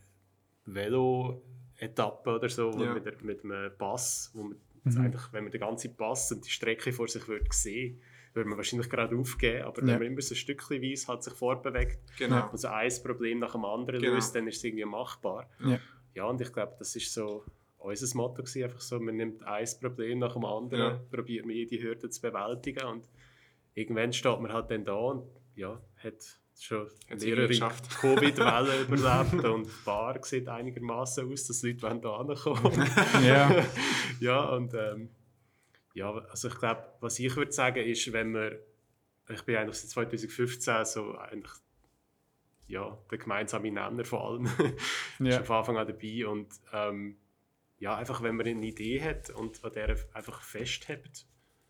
Speaker 4: Velo-Etappe oder so, wo
Speaker 3: Ja.
Speaker 4: mit, der, mit einem Pass, wo man also eigentlich, wenn man den ganzen Pass und die Strecke vor sich würde sehen, würde man wahrscheinlich gerade aufgeben, aber
Speaker 1: Ja.
Speaker 4: wenn man immer so ein Stückchenweise hat sich vorbewegt
Speaker 3: Genau.
Speaker 4: und so ein Problem nach dem anderen
Speaker 3: Genau.
Speaker 4: löst, dann ist es irgendwie machbar.
Speaker 1: Ja.
Speaker 4: Ja, und ich glaube, das ist so unser Motto gewesen, einfach so, man nimmt ein Problem nach dem anderen,
Speaker 3: Ja.
Speaker 4: probiert man jede Hürde zu bewältigen und irgendwann steht man halt dann da und ja, hat schon
Speaker 3: Hat's
Speaker 4: mehrere
Speaker 3: irgendwie geschafft.
Speaker 4: Covid-Wellen überlebt und die Bar sieht einigermaßen aus, dass Leute wollen da hinkommen.
Speaker 1: Ja.
Speaker 4: Ja, und ähm, ja, also ich glaube, was ich würde sagen ist, wenn man, ich bin eigentlich seit zwanzig fünfzehn so eigentlich ja, der gemeinsame Nenner von allem,
Speaker 1: Ja.
Speaker 4: schon von Anfang an dabei und ähm, ja, einfach wenn man eine Idee hat und an der einfach festhält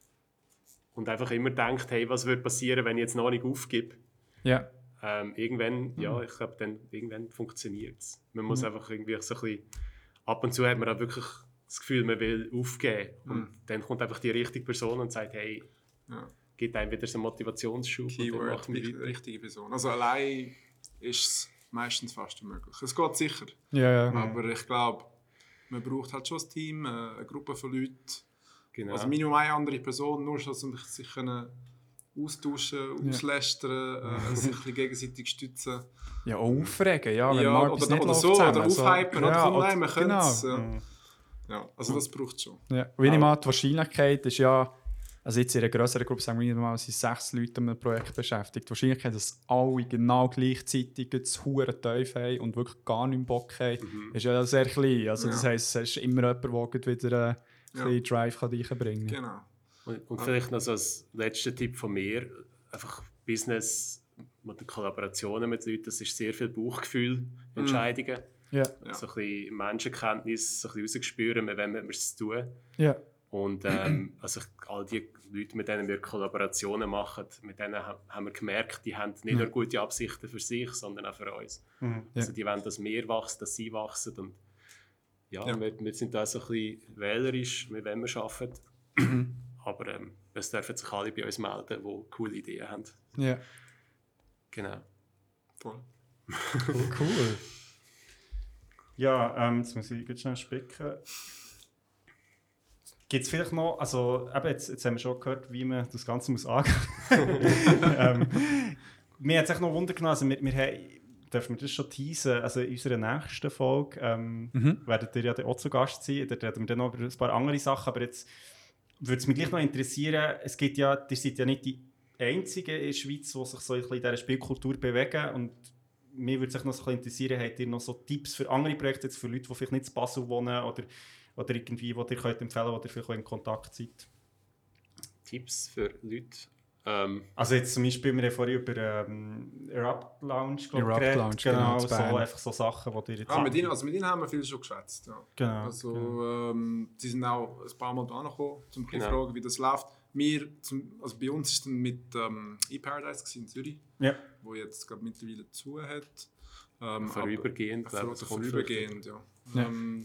Speaker 4: und einfach immer denkt, hey, was würde passieren, wenn ich jetzt noch nicht aufgebe?
Speaker 1: Ja.
Speaker 4: Ähm, irgendwann, ja, ich glaube, dann irgendwann funktioniert es. Man muss einfach irgendwie so ein bisschen, ab und zu hat man auch wirklich das Gefühl, man will aufgeben und
Speaker 3: Mhm.
Speaker 4: dann kommt einfach die richtige Person und sagt, hey,
Speaker 3: Ja.
Speaker 4: gibt einem wieder so einen Motivationsschub und dann
Speaker 3: Keyword,
Speaker 4: macht man
Speaker 3: die
Speaker 4: weiter.
Speaker 3: richtige Person. Also allein ist es meistens fast unmöglich. Es geht sicher,
Speaker 1: Ja, ja.
Speaker 3: aber ich glaube, man braucht halt schon ein Team, äh, eine Gruppe von Leuten.
Speaker 4: Genau.
Speaker 3: Also Minimum eine andere Person, nur schon, um sich können austauschen, auslästern, äh, sich ein bisschen gegenseitig stützen.
Speaker 1: Ja, auch aufregen, ja, wenn
Speaker 3: Ja,
Speaker 1: mal
Speaker 3: oder-
Speaker 1: etwas
Speaker 3: oder
Speaker 1: nicht läuft
Speaker 3: so, oder
Speaker 1: zusammen, so.
Speaker 3: aufhypen, oder
Speaker 1: Ja,
Speaker 3: komm,
Speaker 1: oder-
Speaker 3: nein, wir können's,
Speaker 1: genau.
Speaker 3: ja. Ja, also das braucht es schon.
Speaker 1: Ja. Wie ich mal, die Wahrscheinlichkeit ist ja, also jetzt in einer grösseren Gruppe, sagen wir mal, sind sechs Leute an einem Projekt beschäftigt. Die Wahrscheinlichkeit, dass alle genau gleichzeitig das hure tief haben und wirklich gar nicht mehr Bock haben,
Speaker 4: Mhm.
Speaker 1: ist ja sehr klein. Also
Speaker 3: Ja.
Speaker 1: das heisst, es ist immer jemand, der gleich wieder äh, ein
Speaker 3: Ja.
Speaker 1: bisschen Drive kann reinbringen kann.
Speaker 3: Genau.
Speaker 4: Und, und vielleicht noch so als letzter Tipp von mir, einfach Business mit den Kollaborationen mit Leuten, das ist sehr viel Bauchgefühl, Entscheidungen.
Speaker 1: Ja.
Speaker 3: Ja.
Speaker 4: So ein bisschen Menschenkenntnis, so ein bisschen rausgespüren, mit wem wir es tun.
Speaker 1: Ja.
Speaker 4: Und ähm, also all die Leute, mit denen wir Kollaborationen machen, mit denen ha- haben wir gemerkt, die haben nicht nur gute Absichten für sich, sondern auch für uns.
Speaker 2: Mhm.
Speaker 4: Also die wollen, dass wir wachsen, dass sie wachsen. Und ja,
Speaker 3: Ja.
Speaker 4: Wir, wir sind da so ein bisschen wählerisch, mit wem wir arbeiten. Aber ähm, es dürfen sich alle bei uns melden, die coole Ideen haben.
Speaker 1: Ja.
Speaker 4: Genau.
Speaker 3: Voll.
Speaker 1: Cool.
Speaker 2: Ja, ähm, jetzt muss ich ganz schnell spicken. Gibt es vielleicht noch, also eben jetzt, jetzt haben wir schon gehört, wie man das Ganze muss angehen muss. ähm, mir hat es echt noch Wunder genommen, also wir, wir haben, dürfen wir das schon teasen, also in unserer nächsten Folge ähm,
Speaker 1: Mhm.
Speaker 2: werdet ihr ja dann auch zu Gast sein, da reden wir dann noch über ein paar andere Sachen, aber jetzt würde es mich gleich noch interessieren, es gibt ja, ihr seid ja nicht die Einzigen in der Schweiz, die sich so ein bisschen in dieser Spielkultur bewegen und mir würde sich noch so ein bisschen interessieren, habt ihr noch so Tipps für andere Projekte, jetzt für Leute, die vielleicht nicht in Basel wohnen oder Oder irgendwie, wo ihr könnt empfehlen könnt, wo ihr vielleicht in Kontakt seid?
Speaker 4: Tipps für Leute? Ähm,
Speaker 2: Also jetzt zum Beispiel, wir haben vorhin über ähm, Erupt Lounge glaub,
Speaker 1: Erupt
Speaker 2: geredet.
Speaker 1: Lounge,
Speaker 2: genau,
Speaker 1: genau,
Speaker 2: so,
Speaker 1: zu Bern.
Speaker 2: einfach so Sachen, die ihr jetzt...
Speaker 3: Ah, mit ihnen, also mit ihnen haben wir viel schon geschwätzt. Ja.
Speaker 2: Genau.
Speaker 3: Also,
Speaker 2: genau.
Speaker 3: ähm, sie sind auch ein paar Mal da gekommen, um zu
Speaker 4: Genau.
Speaker 3: fragen, wie das läuft. Wir, zum, also bei uns war es dann mit ähm, eParadise in Zürich,
Speaker 2: Ja.
Speaker 3: wo jetzt glaub, mittlerweile zu hat. Ähm,
Speaker 4: vorübergehend,
Speaker 3: aber,
Speaker 4: glaube ich,
Speaker 3: vor,
Speaker 4: kommt
Speaker 3: vorübergehend, ja.
Speaker 1: Ja.
Speaker 3: Ähm,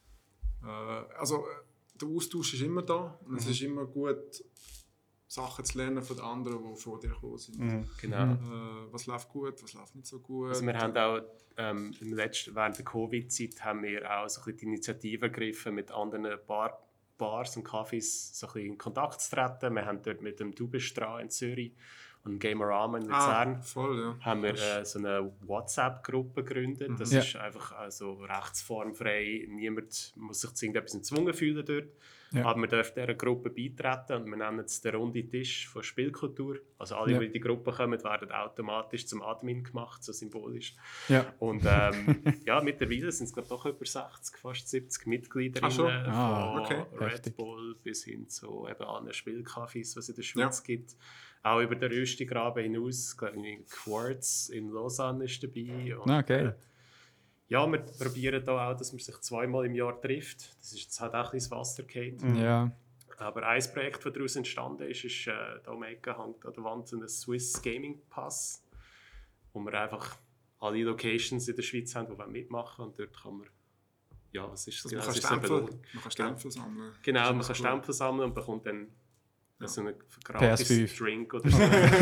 Speaker 3: äh, also äh, der Austausch ist immer da und es
Speaker 2: Mhm.
Speaker 3: ist immer gut, Sachen zu lernen von den anderen, die vor dir gekommen sind.
Speaker 2: Mhm.
Speaker 4: Genau.
Speaker 1: Mhm.
Speaker 3: Äh, was läuft gut, was läuft nicht so gut.
Speaker 4: Also wir haben auch ähm, im letzten, während der Covid-Zeit haben wir auch so ein bisschen die Initiative ergriffen, mit anderen Bar, Bars und Cafés so ein bisschen in Kontakt zu treten. Wir haben dort mit dem Dubestra in Zürich und dem Gamerama in Luzern
Speaker 3: ah, voll, ja.
Speaker 4: haben wir äh, so eine WhatsApp-Gruppe gegründet. Das
Speaker 1: Mhm.
Speaker 4: ist einfach also rechtsformfrei. Niemand muss sich zu irgendetwas gezwungen fühlen dort.
Speaker 1: Ja.
Speaker 4: Aber wir dürfen dieser Gruppe beitreten und wir nennen es den runden Tisch von Spielkultur. Also alle,
Speaker 1: Ja.
Speaker 4: die in die Gruppe kommen, werden automatisch zum Admin gemacht, so symbolisch.
Speaker 1: Ja.
Speaker 4: Und ähm, ja, mittlerweile sind es glaube doch über sechzig, fast siebzig Mitglieder
Speaker 3: Ach schon?
Speaker 1: Ah,
Speaker 4: von
Speaker 3: okay.
Speaker 4: Red
Speaker 1: Heftig.
Speaker 4: Bull bis hin zu eben anderen Spielcafés, was es in der Schweiz gibt. Auch über den Röstigraben hinaus, glaube ich, Quartz in Lausanne ist dabei. Und,
Speaker 1: Ah, geil.
Speaker 4: äh, ja, wir probieren da auch, dass man sich zweimal im Jahr trifft. Das ist jetzt halt auch ein bisschen ins Wasser gefallen.
Speaker 1: Ja.
Speaker 4: Aber ein Projekt, das daraus entstanden ist, ist, äh, da um die Ecke hängt an der Wand so ein Swiss Gaming Pass, wo wir einfach alle Locations in der Schweiz haben, die mitmachen wollen. Und dort kann man, ja, was ist das?
Speaker 3: Also man,
Speaker 4: Genau,
Speaker 3: kann
Speaker 4: es ist so eine
Speaker 3: Stempel,
Speaker 4: Belohnung.
Speaker 3: man kann Stempel sammeln.
Speaker 4: Genau, man
Speaker 3: Das
Speaker 4: kann
Speaker 3: ist cool.
Speaker 4: Stempel sammeln und bekommt dann
Speaker 3: Ja.
Speaker 4: so einen
Speaker 1: P S
Speaker 4: gratis
Speaker 1: fünf.
Speaker 4: Drink oder so.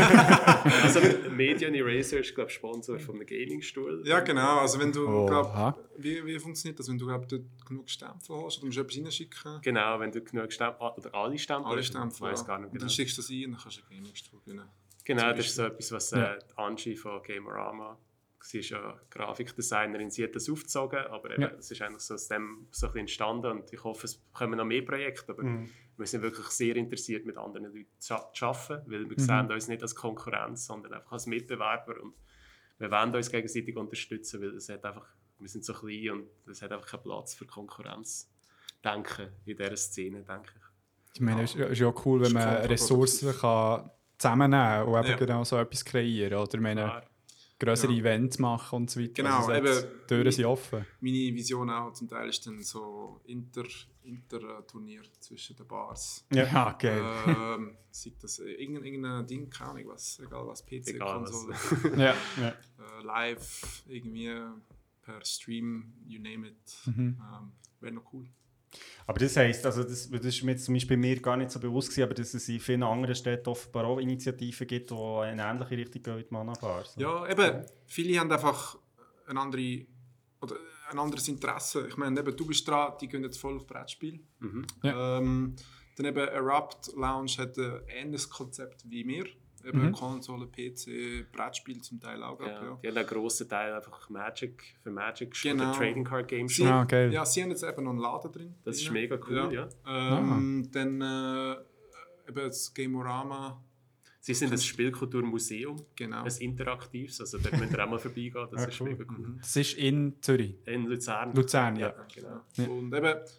Speaker 4: Also Median Eraser ist, glaube ich, Sponsor von einem Gaming-Stuhl.
Speaker 3: Ja, genau. Also wenn du,
Speaker 1: Oha.
Speaker 3: glaub, wie, wie funktioniert das, wenn du glaub, dort genug Stempel hast oder musst du etwas reinschicken?
Speaker 4: Genau, wenn du genug Stempel, oder alle Stempel,
Speaker 3: Alle
Speaker 4: ich
Speaker 3: Stempel,
Speaker 4: weiß
Speaker 3: ja.
Speaker 4: gar nicht
Speaker 3: Und
Speaker 4: genau.
Speaker 3: dann schickst du das ein und dann kannst du einen Gaming-Stuhl gewinnen.
Speaker 4: Genau,
Speaker 3: zum
Speaker 4: das ist so etwas, was äh,
Speaker 1: Ja.
Speaker 4: die Angie von Gamerama, sie ist ja Grafikdesignerin, sie hat das aufgezogen, aber eben,
Speaker 1: Ja.
Speaker 4: es ist eigentlich so aus dem so ein bisschen entstanden und ich hoffe, es kommen noch mehr Projekte, aber
Speaker 2: Mhm.
Speaker 4: wir sind wirklich sehr interessiert, mit anderen Leuten zu zu arbeiten, weil wir
Speaker 1: Mhm.
Speaker 4: sehen uns nicht als Konkurrenz, sondern einfach als Mitbewerber und wir wollen uns gegenseitig unterstützen, weil es hat einfach, wir sind so klein und es hat einfach keinen Platz für Konkurrenz. Denken in dieser Szene, denke ich.
Speaker 1: Ich meine, es ist, ist ja cool, wenn
Speaker 3: Ist
Speaker 1: man
Speaker 3: kontraproduktiv.
Speaker 1: Ressourcen kann zusammennehmen und eben
Speaker 3: Ja.
Speaker 1: genau so etwas kreieren. Oder ich meine,
Speaker 4: Klar.
Speaker 1: größere
Speaker 3: Ja.
Speaker 1: Events machen und so weiter.
Speaker 3: Genau,
Speaker 1: also es hat-
Speaker 3: eben-
Speaker 1: die Türen sind offen.
Speaker 3: Meine Vision auch zum Teil ist dann so Inter, Inter-Turnier zwischen den Bars.
Speaker 1: Ja, geil.
Speaker 3: ähm, sei das irgendein, irgendein Ding, keine Ahnung was, egal was, P C,
Speaker 4: Egal was.
Speaker 3: Konsole,
Speaker 1: Ja.
Speaker 2: Ja.
Speaker 3: äh, live, irgendwie per Stream, you name it.
Speaker 1: Mhm.
Speaker 3: Ähm, Wäre noch cool.
Speaker 2: Aber das heisst, also das, das ist mir jetzt zum Beispiel mir gar nicht so bewusst gewesen, aber dass es in vielen anderen Städten offenbar auch Initiativen gibt, die in eine ähnliche Richtung gehen wie die Mana-Bar. So.
Speaker 3: Ja, eben, viele haben einfach eine andere, oder ein anderes Interesse. Ich meine, eben, du bist dran, die gehen jetzt voll auf Brettspiel.
Speaker 4: Mhm.
Speaker 3: Ähm, dann eben Erupt Lounge hat ein ähnliches Konzept wie wir. Eben
Speaker 1: Mhm.
Speaker 3: Konsole, P C, Brettspiel zum Teil auch.
Speaker 4: Ja,
Speaker 3: Ja. Ja.
Speaker 4: Die haben einen grossen Teil einfach Magic, für Magic
Speaker 3: Genau.
Speaker 4: oder Trading Card Games.
Speaker 3: Sie,
Speaker 1: Ah, geil.
Speaker 3: ja, sie haben jetzt eben noch einen Laden drin.
Speaker 4: Das ist
Speaker 3: drin.
Speaker 4: mega cool, ja.
Speaker 3: Ähm, Dann äh, eben das Gamerama.
Speaker 4: Sie sind ein Spielkulturmuseum,
Speaker 3: Genau.
Speaker 4: ein interaktives, also dort müsst ihr auch mal vorbeigehen, das
Speaker 2: Ah,
Speaker 4: ist
Speaker 2: cool.
Speaker 4: mega cool.
Speaker 3: Mhm.
Speaker 1: Das ist in Zürich.
Speaker 4: In Luzern.
Speaker 1: Luzern, ja.
Speaker 4: Genau.
Speaker 1: Ja.
Speaker 3: Und eben, äh,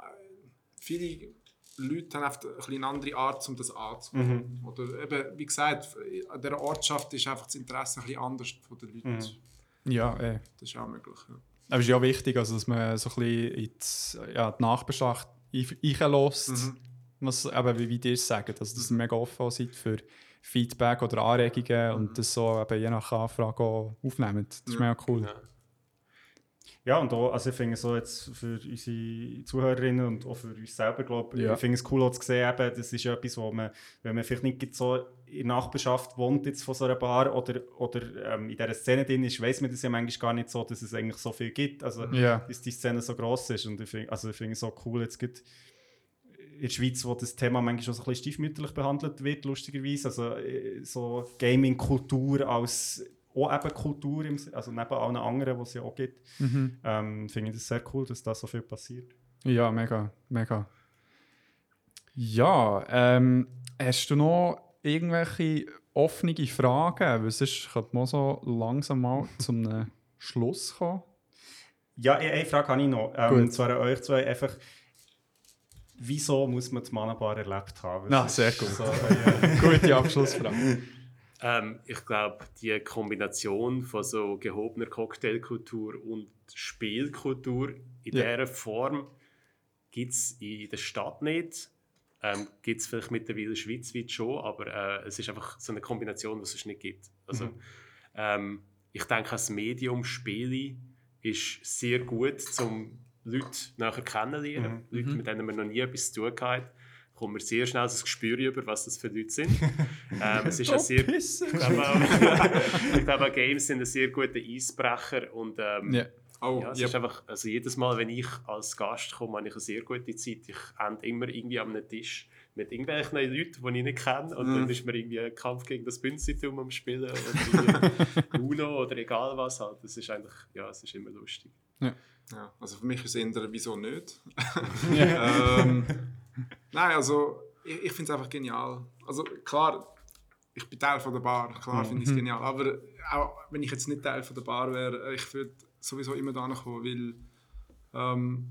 Speaker 3: viele Leute haben einfach ein bisschen eine andere Art, um das anzugehen.
Speaker 2: Mhm.
Speaker 3: Oder eben, wie gesagt, an dieser Ortschaft ist einfach das Interesse ein bisschen anders von den Leuten.
Speaker 2: Mhm.
Speaker 1: Ja, äh.
Speaker 3: Das ist auch möglich. Ja.
Speaker 1: Aber es ist ja wichtig, also, dass man so ein bisschen in die, ja, die Nachbarschaft einlässt,
Speaker 3: Mhm.
Speaker 1: was, eben, wie, wie ihr es sagt, also, dass ihr mega offen seid für Feedback oder Anregungen
Speaker 3: Mhm.
Speaker 1: und das so eben je nach Anfrage auch aufnehmt. Das ist
Speaker 3: Ja.
Speaker 1: mega cool.
Speaker 4: Ja.
Speaker 2: Ja, und auch, also ich finde es so jetzt für unsere Zuhörerinnen und auch für uns selber, glaube ich,
Speaker 1: Ja.
Speaker 2: ich finde es cool auch zu sehen, eben, das ist etwas, wo man, wenn man vielleicht nicht so in der Nachbarschaft wohnt jetzt von so einer Bar oder, oder ähm, in dieser Szene drin ist, weiss man das ja manchmal gar nicht so, dass es eigentlich so viel gibt, also
Speaker 1: Ja.
Speaker 2: dass die Szene so gross ist und ich finde also ich finde es so cool, jetzt gibt in der Schweiz, wo das Thema manchmal schon so ein bisschen stiefmütterlich behandelt wird, lustigerweise, also äh, so Gaming-Kultur als auch eben Kultur, im, also neben allen anderen, die es ja auch gibt,
Speaker 1: Mhm.
Speaker 2: ähm, finde ich das sehr cool, dass da so viel passiert.
Speaker 1: Ja, mega, mega. Ja, ähm, hast du noch irgendwelche offene Fragen? Weil sonst könnte man so langsam mal zum einem Schluss kommen.
Speaker 2: Ja, eine Frage habe ich noch. Ähm,
Speaker 1: Gut.
Speaker 2: und zwar an euch zwei einfach, wieso muss man die Mana-Bar erlebt haben?
Speaker 1: Na,
Speaker 2: Was
Speaker 1: sehr
Speaker 2: ist
Speaker 1: gut.
Speaker 2: So, äh,
Speaker 1: Gute Abschlussfrage.
Speaker 4: Ähm, ich glaube, die Kombination von so gehobener Cocktailkultur und Spielkultur in
Speaker 1: Ja.
Speaker 4: dieser Form gibt es in der Stadt nicht. Ähm, gibt es vielleicht mittlerweile schweizweit schon, aber äh, es ist einfach so eine Kombination, die es sonst nicht gibt. Also,
Speaker 2: Mhm.
Speaker 4: ähm, ich denke, das Medium Spiele ist sehr gut, um Leute näher kennenzulernen.
Speaker 2: Mhm.
Speaker 4: Leute, mit denen man noch nie etwas zu tun hat, kommt man sehr schnell das Gespür über, was das für Leute sind. ähm, es ist auch sehr, ich glaube auch, ich glaube auch Games sind ein sehr guter Eisbrecher und ähm,
Speaker 1: Ja.
Speaker 3: Oh,
Speaker 4: ja, es
Speaker 3: ja.
Speaker 4: ist einfach, also jedes Mal, wenn ich als Gast komme, habe ich eine sehr gute Zeit. Ich ende immer irgendwie an einem Tisch mit irgendwelchen Leuten, die ich nicht kenne. Und
Speaker 3: Mhm.
Speaker 4: dann ist mir irgendwie ein Kampf gegen das Bünzitum am Spielen oder irgendwie Uno oder egal was halt. Das ist eigentlich, ja, es ist immer lustig.
Speaker 3: Ja, also für mich ist es eher, wieso nicht?
Speaker 1: Ja.
Speaker 3: ähm, nein, also ich, ich finde es einfach genial. Also klar, ich bin Teil von der Bar, klar finde ich es genial. Aber auch wenn ich jetzt nicht Teil von der Bar wäre, ich würde sowieso immer da kommen, weil ähm,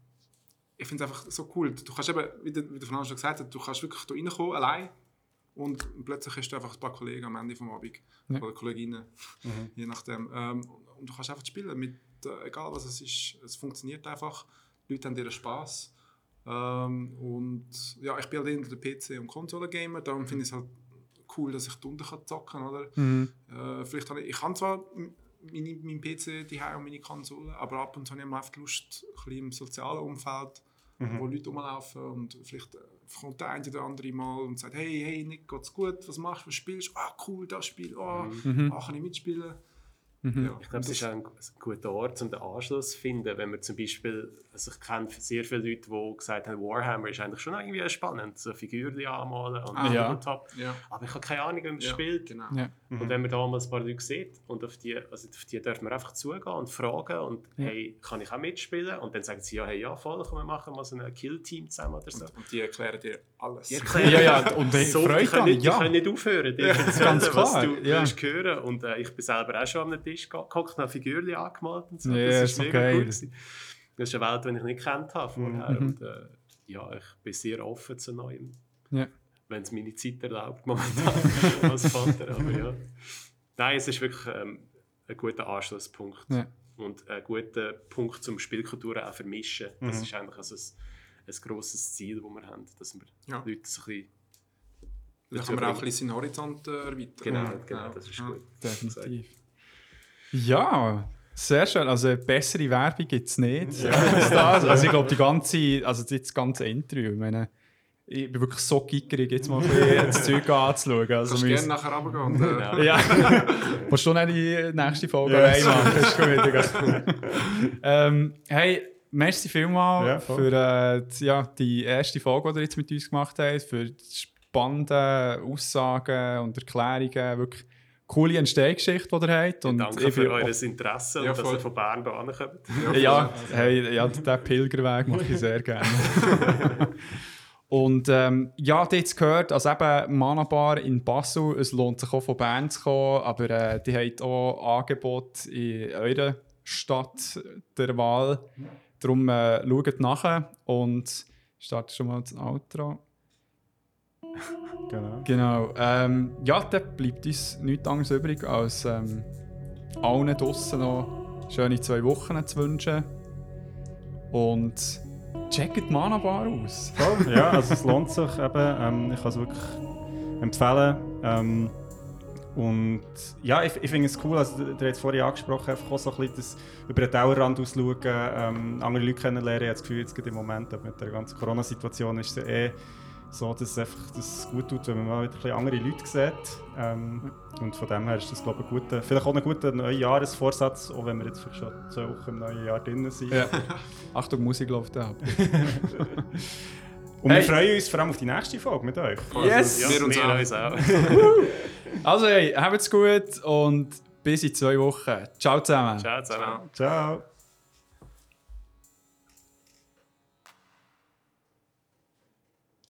Speaker 3: ich finde es einfach so cool. Du kannst eben, wie der, wie der Fernando schon gesagt hat, du kannst wirklich da reinkommen, allein. Und plötzlich hast du einfach ein paar Kollegen am Ende des Abends.
Speaker 1: Ja.
Speaker 3: Oder Kolleginnen,
Speaker 2: Mhm.
Speaker 3: je nachdem. Ähm, und du kannst einfach spielen, mit, äh, egal was es ist. Es funktioniert einfach. Die Leute haben ihren Spass. Ähm, und ja, ich bin halt eher der P C- und Konsolen-Gamer. Darum finde ich es halt cool, dass ich da unten zocken kann. Oder?
Speaker 1: Mhm.
Speaker 3: Äh, vielleicht habe ich, ich kann zwar meine, meinen P C daheim und meine Konsole, aber ab und zu habe ich einfach Lust, ein bisschen im sozialen Umfeld,
Speaker 2: Mhm.
Speaker 3: wo Leute rumlaufen und vielleicht äh, kommt der eine oder andere mal und sagt, hey, hey, Nick, geht's gut, was machst du, was spielst du? Ah, cool, das Spiel, oh,
Speaker 1: Mhm.
Speaker 3: ah, kann ich mitspielen?
Speaker 1: Mhm.
Speaker 3: Ja,
Speaker 4: Ich glaube, es ist auch ein, ein guter Ort, um den Anschluss zu finden, wenn man zum Beispiel, also ich kenne sehr viele Leute, die gesagt haben, Warhammer ist eigentlich schon irgendwie spannend, so Figürchen anmalen und
Speaker 3: Ah,
Speaker 1: ja.
Speaker 4: Tabletop.
Speaker 3: ja,
Speaker 4: Aber ich habe keine Ahnung, wie man das
Speaker 3: ja,
Speaker 4: spielt.
Speaker 3: genau.
Speaker 1: Ja.
Speaker 4: Und wenn man da mal ein paar Leute sieht und auf die, also auf die dürfen wir einfach zugehen und fragen und
Speaker 1: Ja.
Speaker 4: hey, kann ich auch mitspielen? Und dann sagen sie, ja, hey, ja, voll, komm, wir machen mal so ein Kill-Team zusammen oder so.
Speaker 3: Und, und die erklären dir alles.
Speaker 4: Die erklären
Speaker 1: Ja, ja, und die
Speaker 4: so, die
Speaker 1: Freude
Speaker 4: können
Speaker 1: an,
Speaker 4: nicht, die
Speaker 1: ja.
Speaker 4: können nicht aufhören, dir zu erzählen,
Speaker 1: Ganz
Speaker 4: was
Speaker 1: klar,
Speaker 4: du
Speaker 1: ja.
Speaker 4: willst hören. Und äh, ich bin selber auch schon am Tisch gehockt, habe Figürchen angemalt und so.
Speaker 1: Ja,
Speaker 4: das
Speaker 1: ist
Speaker 4: ist
Speaker 1: doch
Speaker 4: mega
Speaker 1: geil.
Speaker 4: cool gewesen. Das ist eine Welt, die ich nicht gekannt habe vorher.
Speaker 1: Mhm.
Speaker 4: Und äh, ja, ich bin sehr offen zu Neuem.
Speaker 1: Ja.
Speaker 4: Wenn es meine Zeit erlaubt, momentan als Vater. Aber ja. Nein, es ist wirklich ähm, ein guter Anschlusspunkt.
Speaker 1: Ja.
Speaker 4: Und ein guter Punkt zum Spielkultur auch vermischen. Das
Speaker 2: Mhm.
Speaker 4: ist eigentlich also ein, ein grosses Ziel, das wir haben, dass wir
Speaker 3: Ja.
Speaker 4: Leute so ein bisschen
Speaker 3: Da kann man auch ein bisschen seinen Horizont äh, erweitern.
Speaker 4: Genau,
Speaker 3: Ja,
Speaker 4: genau,
Speaker 3: ja.
Speaker 4: das ist
Speaker 3: Ja.
Speaker 4: gut.
Speaker 1: Definitiv. Ja, sehr schön. Also bessere Werbung gibt es nicht. als das. Also ich glaube, die ganze, also das ganze Interview, ich meine, ich bin wirklich so gickerig, jetzt mal ein bisschen das Zeug anzuschauen. Also
Speaker 3: Kannst
Speaker 1: wir-
Speaker 3: gerne nachher runtergehen. Und, äh,
Speaker 4: Genau.
Speaker 1: Ja, musst du nicht die nächste Folge
Speaker 2: Ja.
Speaker 1: allein machen, ist gut. ähm, hey, merci vielmals
Speaker 2: Ja, voll.
Speaker 1: für äh, die, ja, die erste Folge, die ihr jetzt mit uns gemacht habt, für die spannenden Aussagen und Erklärungen, wirklich coole Entstehungsgeschichte, die ihr habt. Und
Speaker 4: Danke
Speaker 1: ich
Speaker 4: für
Speaker 1: bin
Speaker 4: euer
Speaker 1: auch-
Speaker 4: Interesse
Speaker 3: Ja,
Speaker 4: und dass
Speaker 3: voll.
Speaker 4: ihr von Bern hierher kommt.
Speaker 1: Ja, hey, ja, diesen Pilgerweg mache ich sehr gerne. Und ähm, ja, ihr habt jetzt gehört, also eben Mana Bar in Basel, es lohnt sich auch von Bern zu kommen, aber äh, die habt auch Angebote in eurer Stadt der Wahl. Darum äh, schaut nachher und startet schon mal das Outro.
Speaker 2: Genau.
Speaker 1: Genau. Ähm, ja, dann bleibt uns nichts anderes übrig, als ähm, allen draussen noch schöne zwei Wochen zu wünschen. Und checkt die Mana Bar aus.
Speaker 2: Voll. Ja, also es lohnt sich eben. Ähm, ich kann es wirklich empfehlen. Ähm, Und ja, ich, ich finde es cool, also der hat es vorhin angesprochen, einfach auch so ein bisschen das über den Tellerrand ausschauen, ähm, andere Leute kennenlernen. Ich habe das Gefühl, jetzt gerade im Moment mit der ganzen Corona-Situation ist es eh so, dass es einfach das gut tut, wenn man mal wieder ein bisschen andere Leute sieht. Ähm, und von dem her ist das, glaube ich, ein guter, vielleicht auch ein guter Neujahresvorsatz, auch wenn wir jetzt vielleicht schon zwei Wochen im neuen Jahr drin sind.
Speaker 1: Ja. Achtung, Musik läuft ab.
Speaker 2: Und
Speaker 1: Hey.
Speaker 2: wir freuen uns vor allem auf die nächste Folge mit euch.
Speaker 1: Yes!
Speaker 4: Ja,
Speaker 3: Wir uns
Speaker 4: wir
Speaker 3: auch.
Speaker 4: uns auch.
Speaker 1: Also, hey, habt's gut und bis in zwei Wochen. Ciao zusammen.
Speaker 4: Ciao zusammen.
Speaker 2: Ciao!